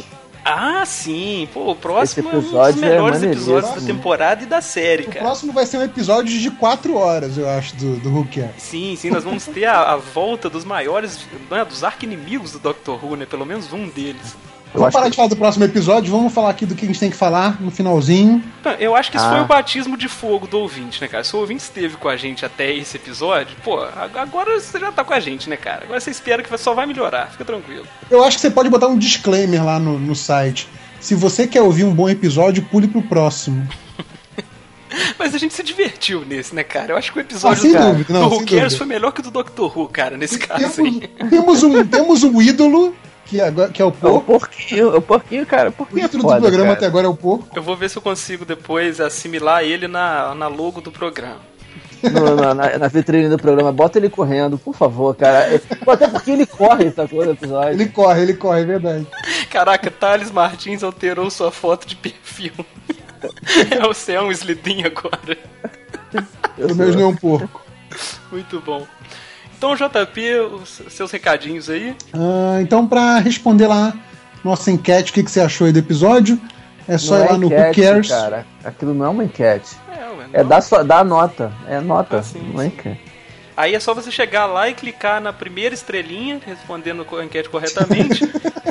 Ah, sim. Pô, o próximo Esse é um dos episódio é melhores episódios da maneiríssimo. temporada e da série, O cara. próximo vai ser um episódio de quatro horas, eu acho, do, do Who Cares. Sim, sim, nós vamos ter a, a volta dos maiores, né, dos arqui-inimigos do Doctor Who, né? Pelo menos um deles. Vamos acho parar que- de falar do próximo episódio, vamos falar aqui do que a gente tem que falar no finalzinho. Então, eu acho que isso Ah. foi o batismo de fogo do ouvinte, né, cara? Se o ouvinte esteve com a gente até esse episódio, pô, agora você já tá com a gente, né, cara? Agora você espera que só vai melhorar, fica tranquilo. Eu acho que você pode botar um disclaimer lá no, no site. Se você quer ouvir um bom episódio, pule pro próximo. Mas a gente se divertiu nesse, né, cara? Eu acho que o episódio Ah, sem do, dúvida, não, do Who sem Cares dúvida. foi melhor que o do Doctor Who, cara, nesse caso Temos, aí. temos um, temos um ídolo, que, agora, que é o É o Porco. porquinho, o porquinho, cara. O O porquinho é ídolo foda, do programa cara. até agora é o Porco. Eu vou ver se eu consigo depois assimilar ele na, na logo do programa. No- na, na, na vitrine do programa. Bota ele correndo, por favor, cara. É- Até porque ele corre, sacou, no episódio. Ele corre, ele corre, é verdade. Caraca, Thales Martins alterou sua foto de perfil. É o céu, um slidinho agora. Eu O sou- meu não é um porco. Muito bom. Então, J P, os seus recadinhos aí. Ah, então, pra responder lá nossa enquete, o que, que você achou aí do episódio, é só Não ir é lá no enquete, Who Cares. cara. Aquilo não é uma enquete. É, ué, É não. dar, só, dar nota. É nota. Ah, sim, não é sim. enquete. Aí é só você chegar lá e clicar na primeira estrelinha, respondendo a enquete corretamente.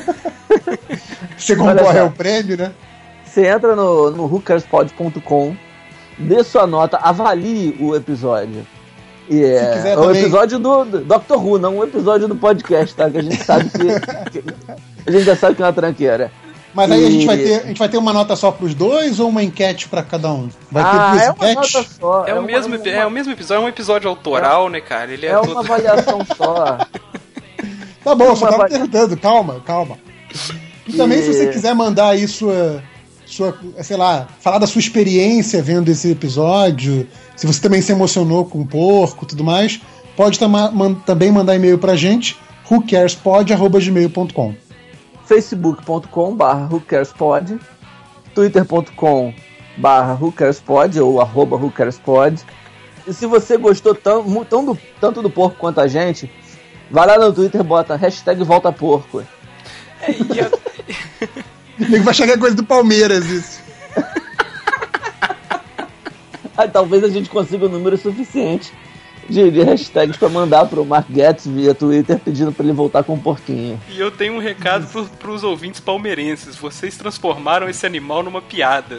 Você Olha concorre só. ao prêmio, né? Você entra no, no who cares pod ponto com, dê sua nota, avalie o episódio. E é, quiser é o também- episódio do, do Doctor Who, não o episódio do podcast, tá? Que a gente sabe que, que- a gente já sabe que é uma tranqueira. Mas aí a gente E- vai ter, a gente vai ter uma nota só pros dois ou uma enquete pra cada um? Vai ter ah, duas é uma enquetes? nota só. É, o uma- mesmo, uma- é o mesmo episódio, é um episódio autoral, né, cara? Ele é, é uma todo... avaliação só. Tá bom, só uma tava vai- perguntando, calma, calma. E também, E- se você quiser mandar aí sua, sua, sei lá, falar da sua experiência vendo esse episódio, se você também se emocionou com o porco e tudo mais, pode tama- man- também mandar e-mail pra gente, who cares pod arroba gmail ponto com. facebook ponto com barra who cares pod, twitter ponto com barra who cares pod ou arroba who cares pod. E se você gostou tão, mu- tão do, tanto do porco quanto a gente, vai lá no Twitter e bota hashtag volta porco. É, e a- Nego vai chegar coisa do Palmeiras, isso. Aí talvez a gente consiga um número suficiente de, de hashtags pra mandar pro Mark Getz via Twitter pedindo pra ele voltar com um porquinho. E eu tenho um recado pro, pros ouvintes palmeirenses. Vocês transformaram esse animal numa piada.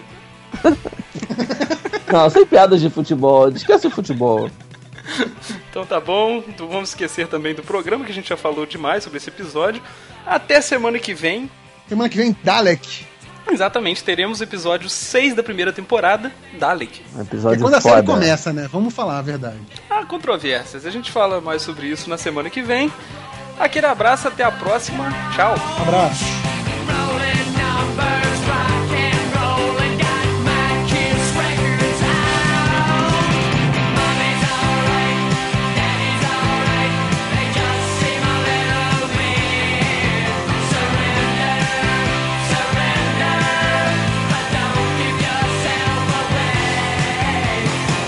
Não, sem piadas de futebol, esquece o futebol. Então tá bom, não vamos esquecer também do programa, que a gente já falou demais sobre esse episódio. Até semana que vem. Semana que vem, Dalek. Exatamente, teremos o episódio seis da primeira temporada, Dalek. Um É episódio quando a foda. série começa, né? Vamos falar a verdade. Há controvérsias, a gente fala mais sobre isso na semana que vem. Aquele abraço, até a próxima, tchau! Um abraço. Rolling numbers, rock and roll, and got my kids' records out. Mommy's alright, daddy's alright, they just seem a little weird. Surrender, surrender, but don't give yourself away.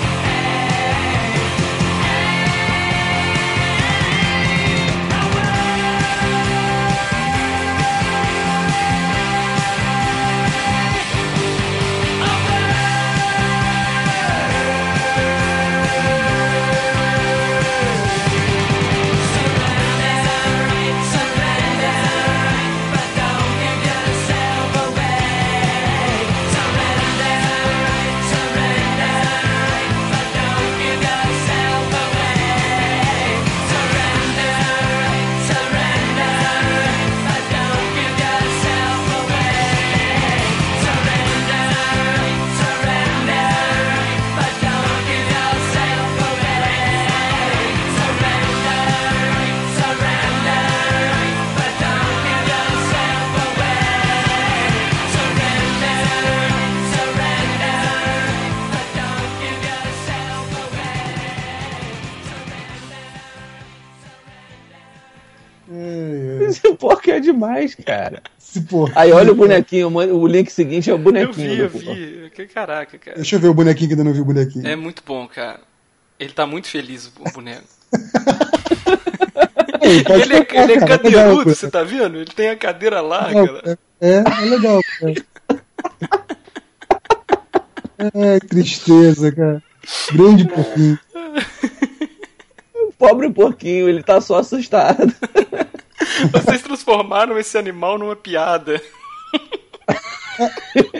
Esse porco é demais, cara. Esse porco. Aí olha o bonequinho, o link seguinte é o Eu bonequinho. vi, eu do porco. vi, Que caraca, cara. Deixa eu ver o bonequinho que ainda não vi o bonequinho. É muito bom, cara. Ele tá muito feliz, o boneco. Ele, pode Ele é, tocar, ele é cara, cadeirudo, legal, você tá vendo? Ele tem a cadeira larga. legal, né? é, é legal, cara. É, tristeza, cara. Grande porquinho. Pobre porquinho, ele tá só assustado. Vocês transformaram esse animal numa piada.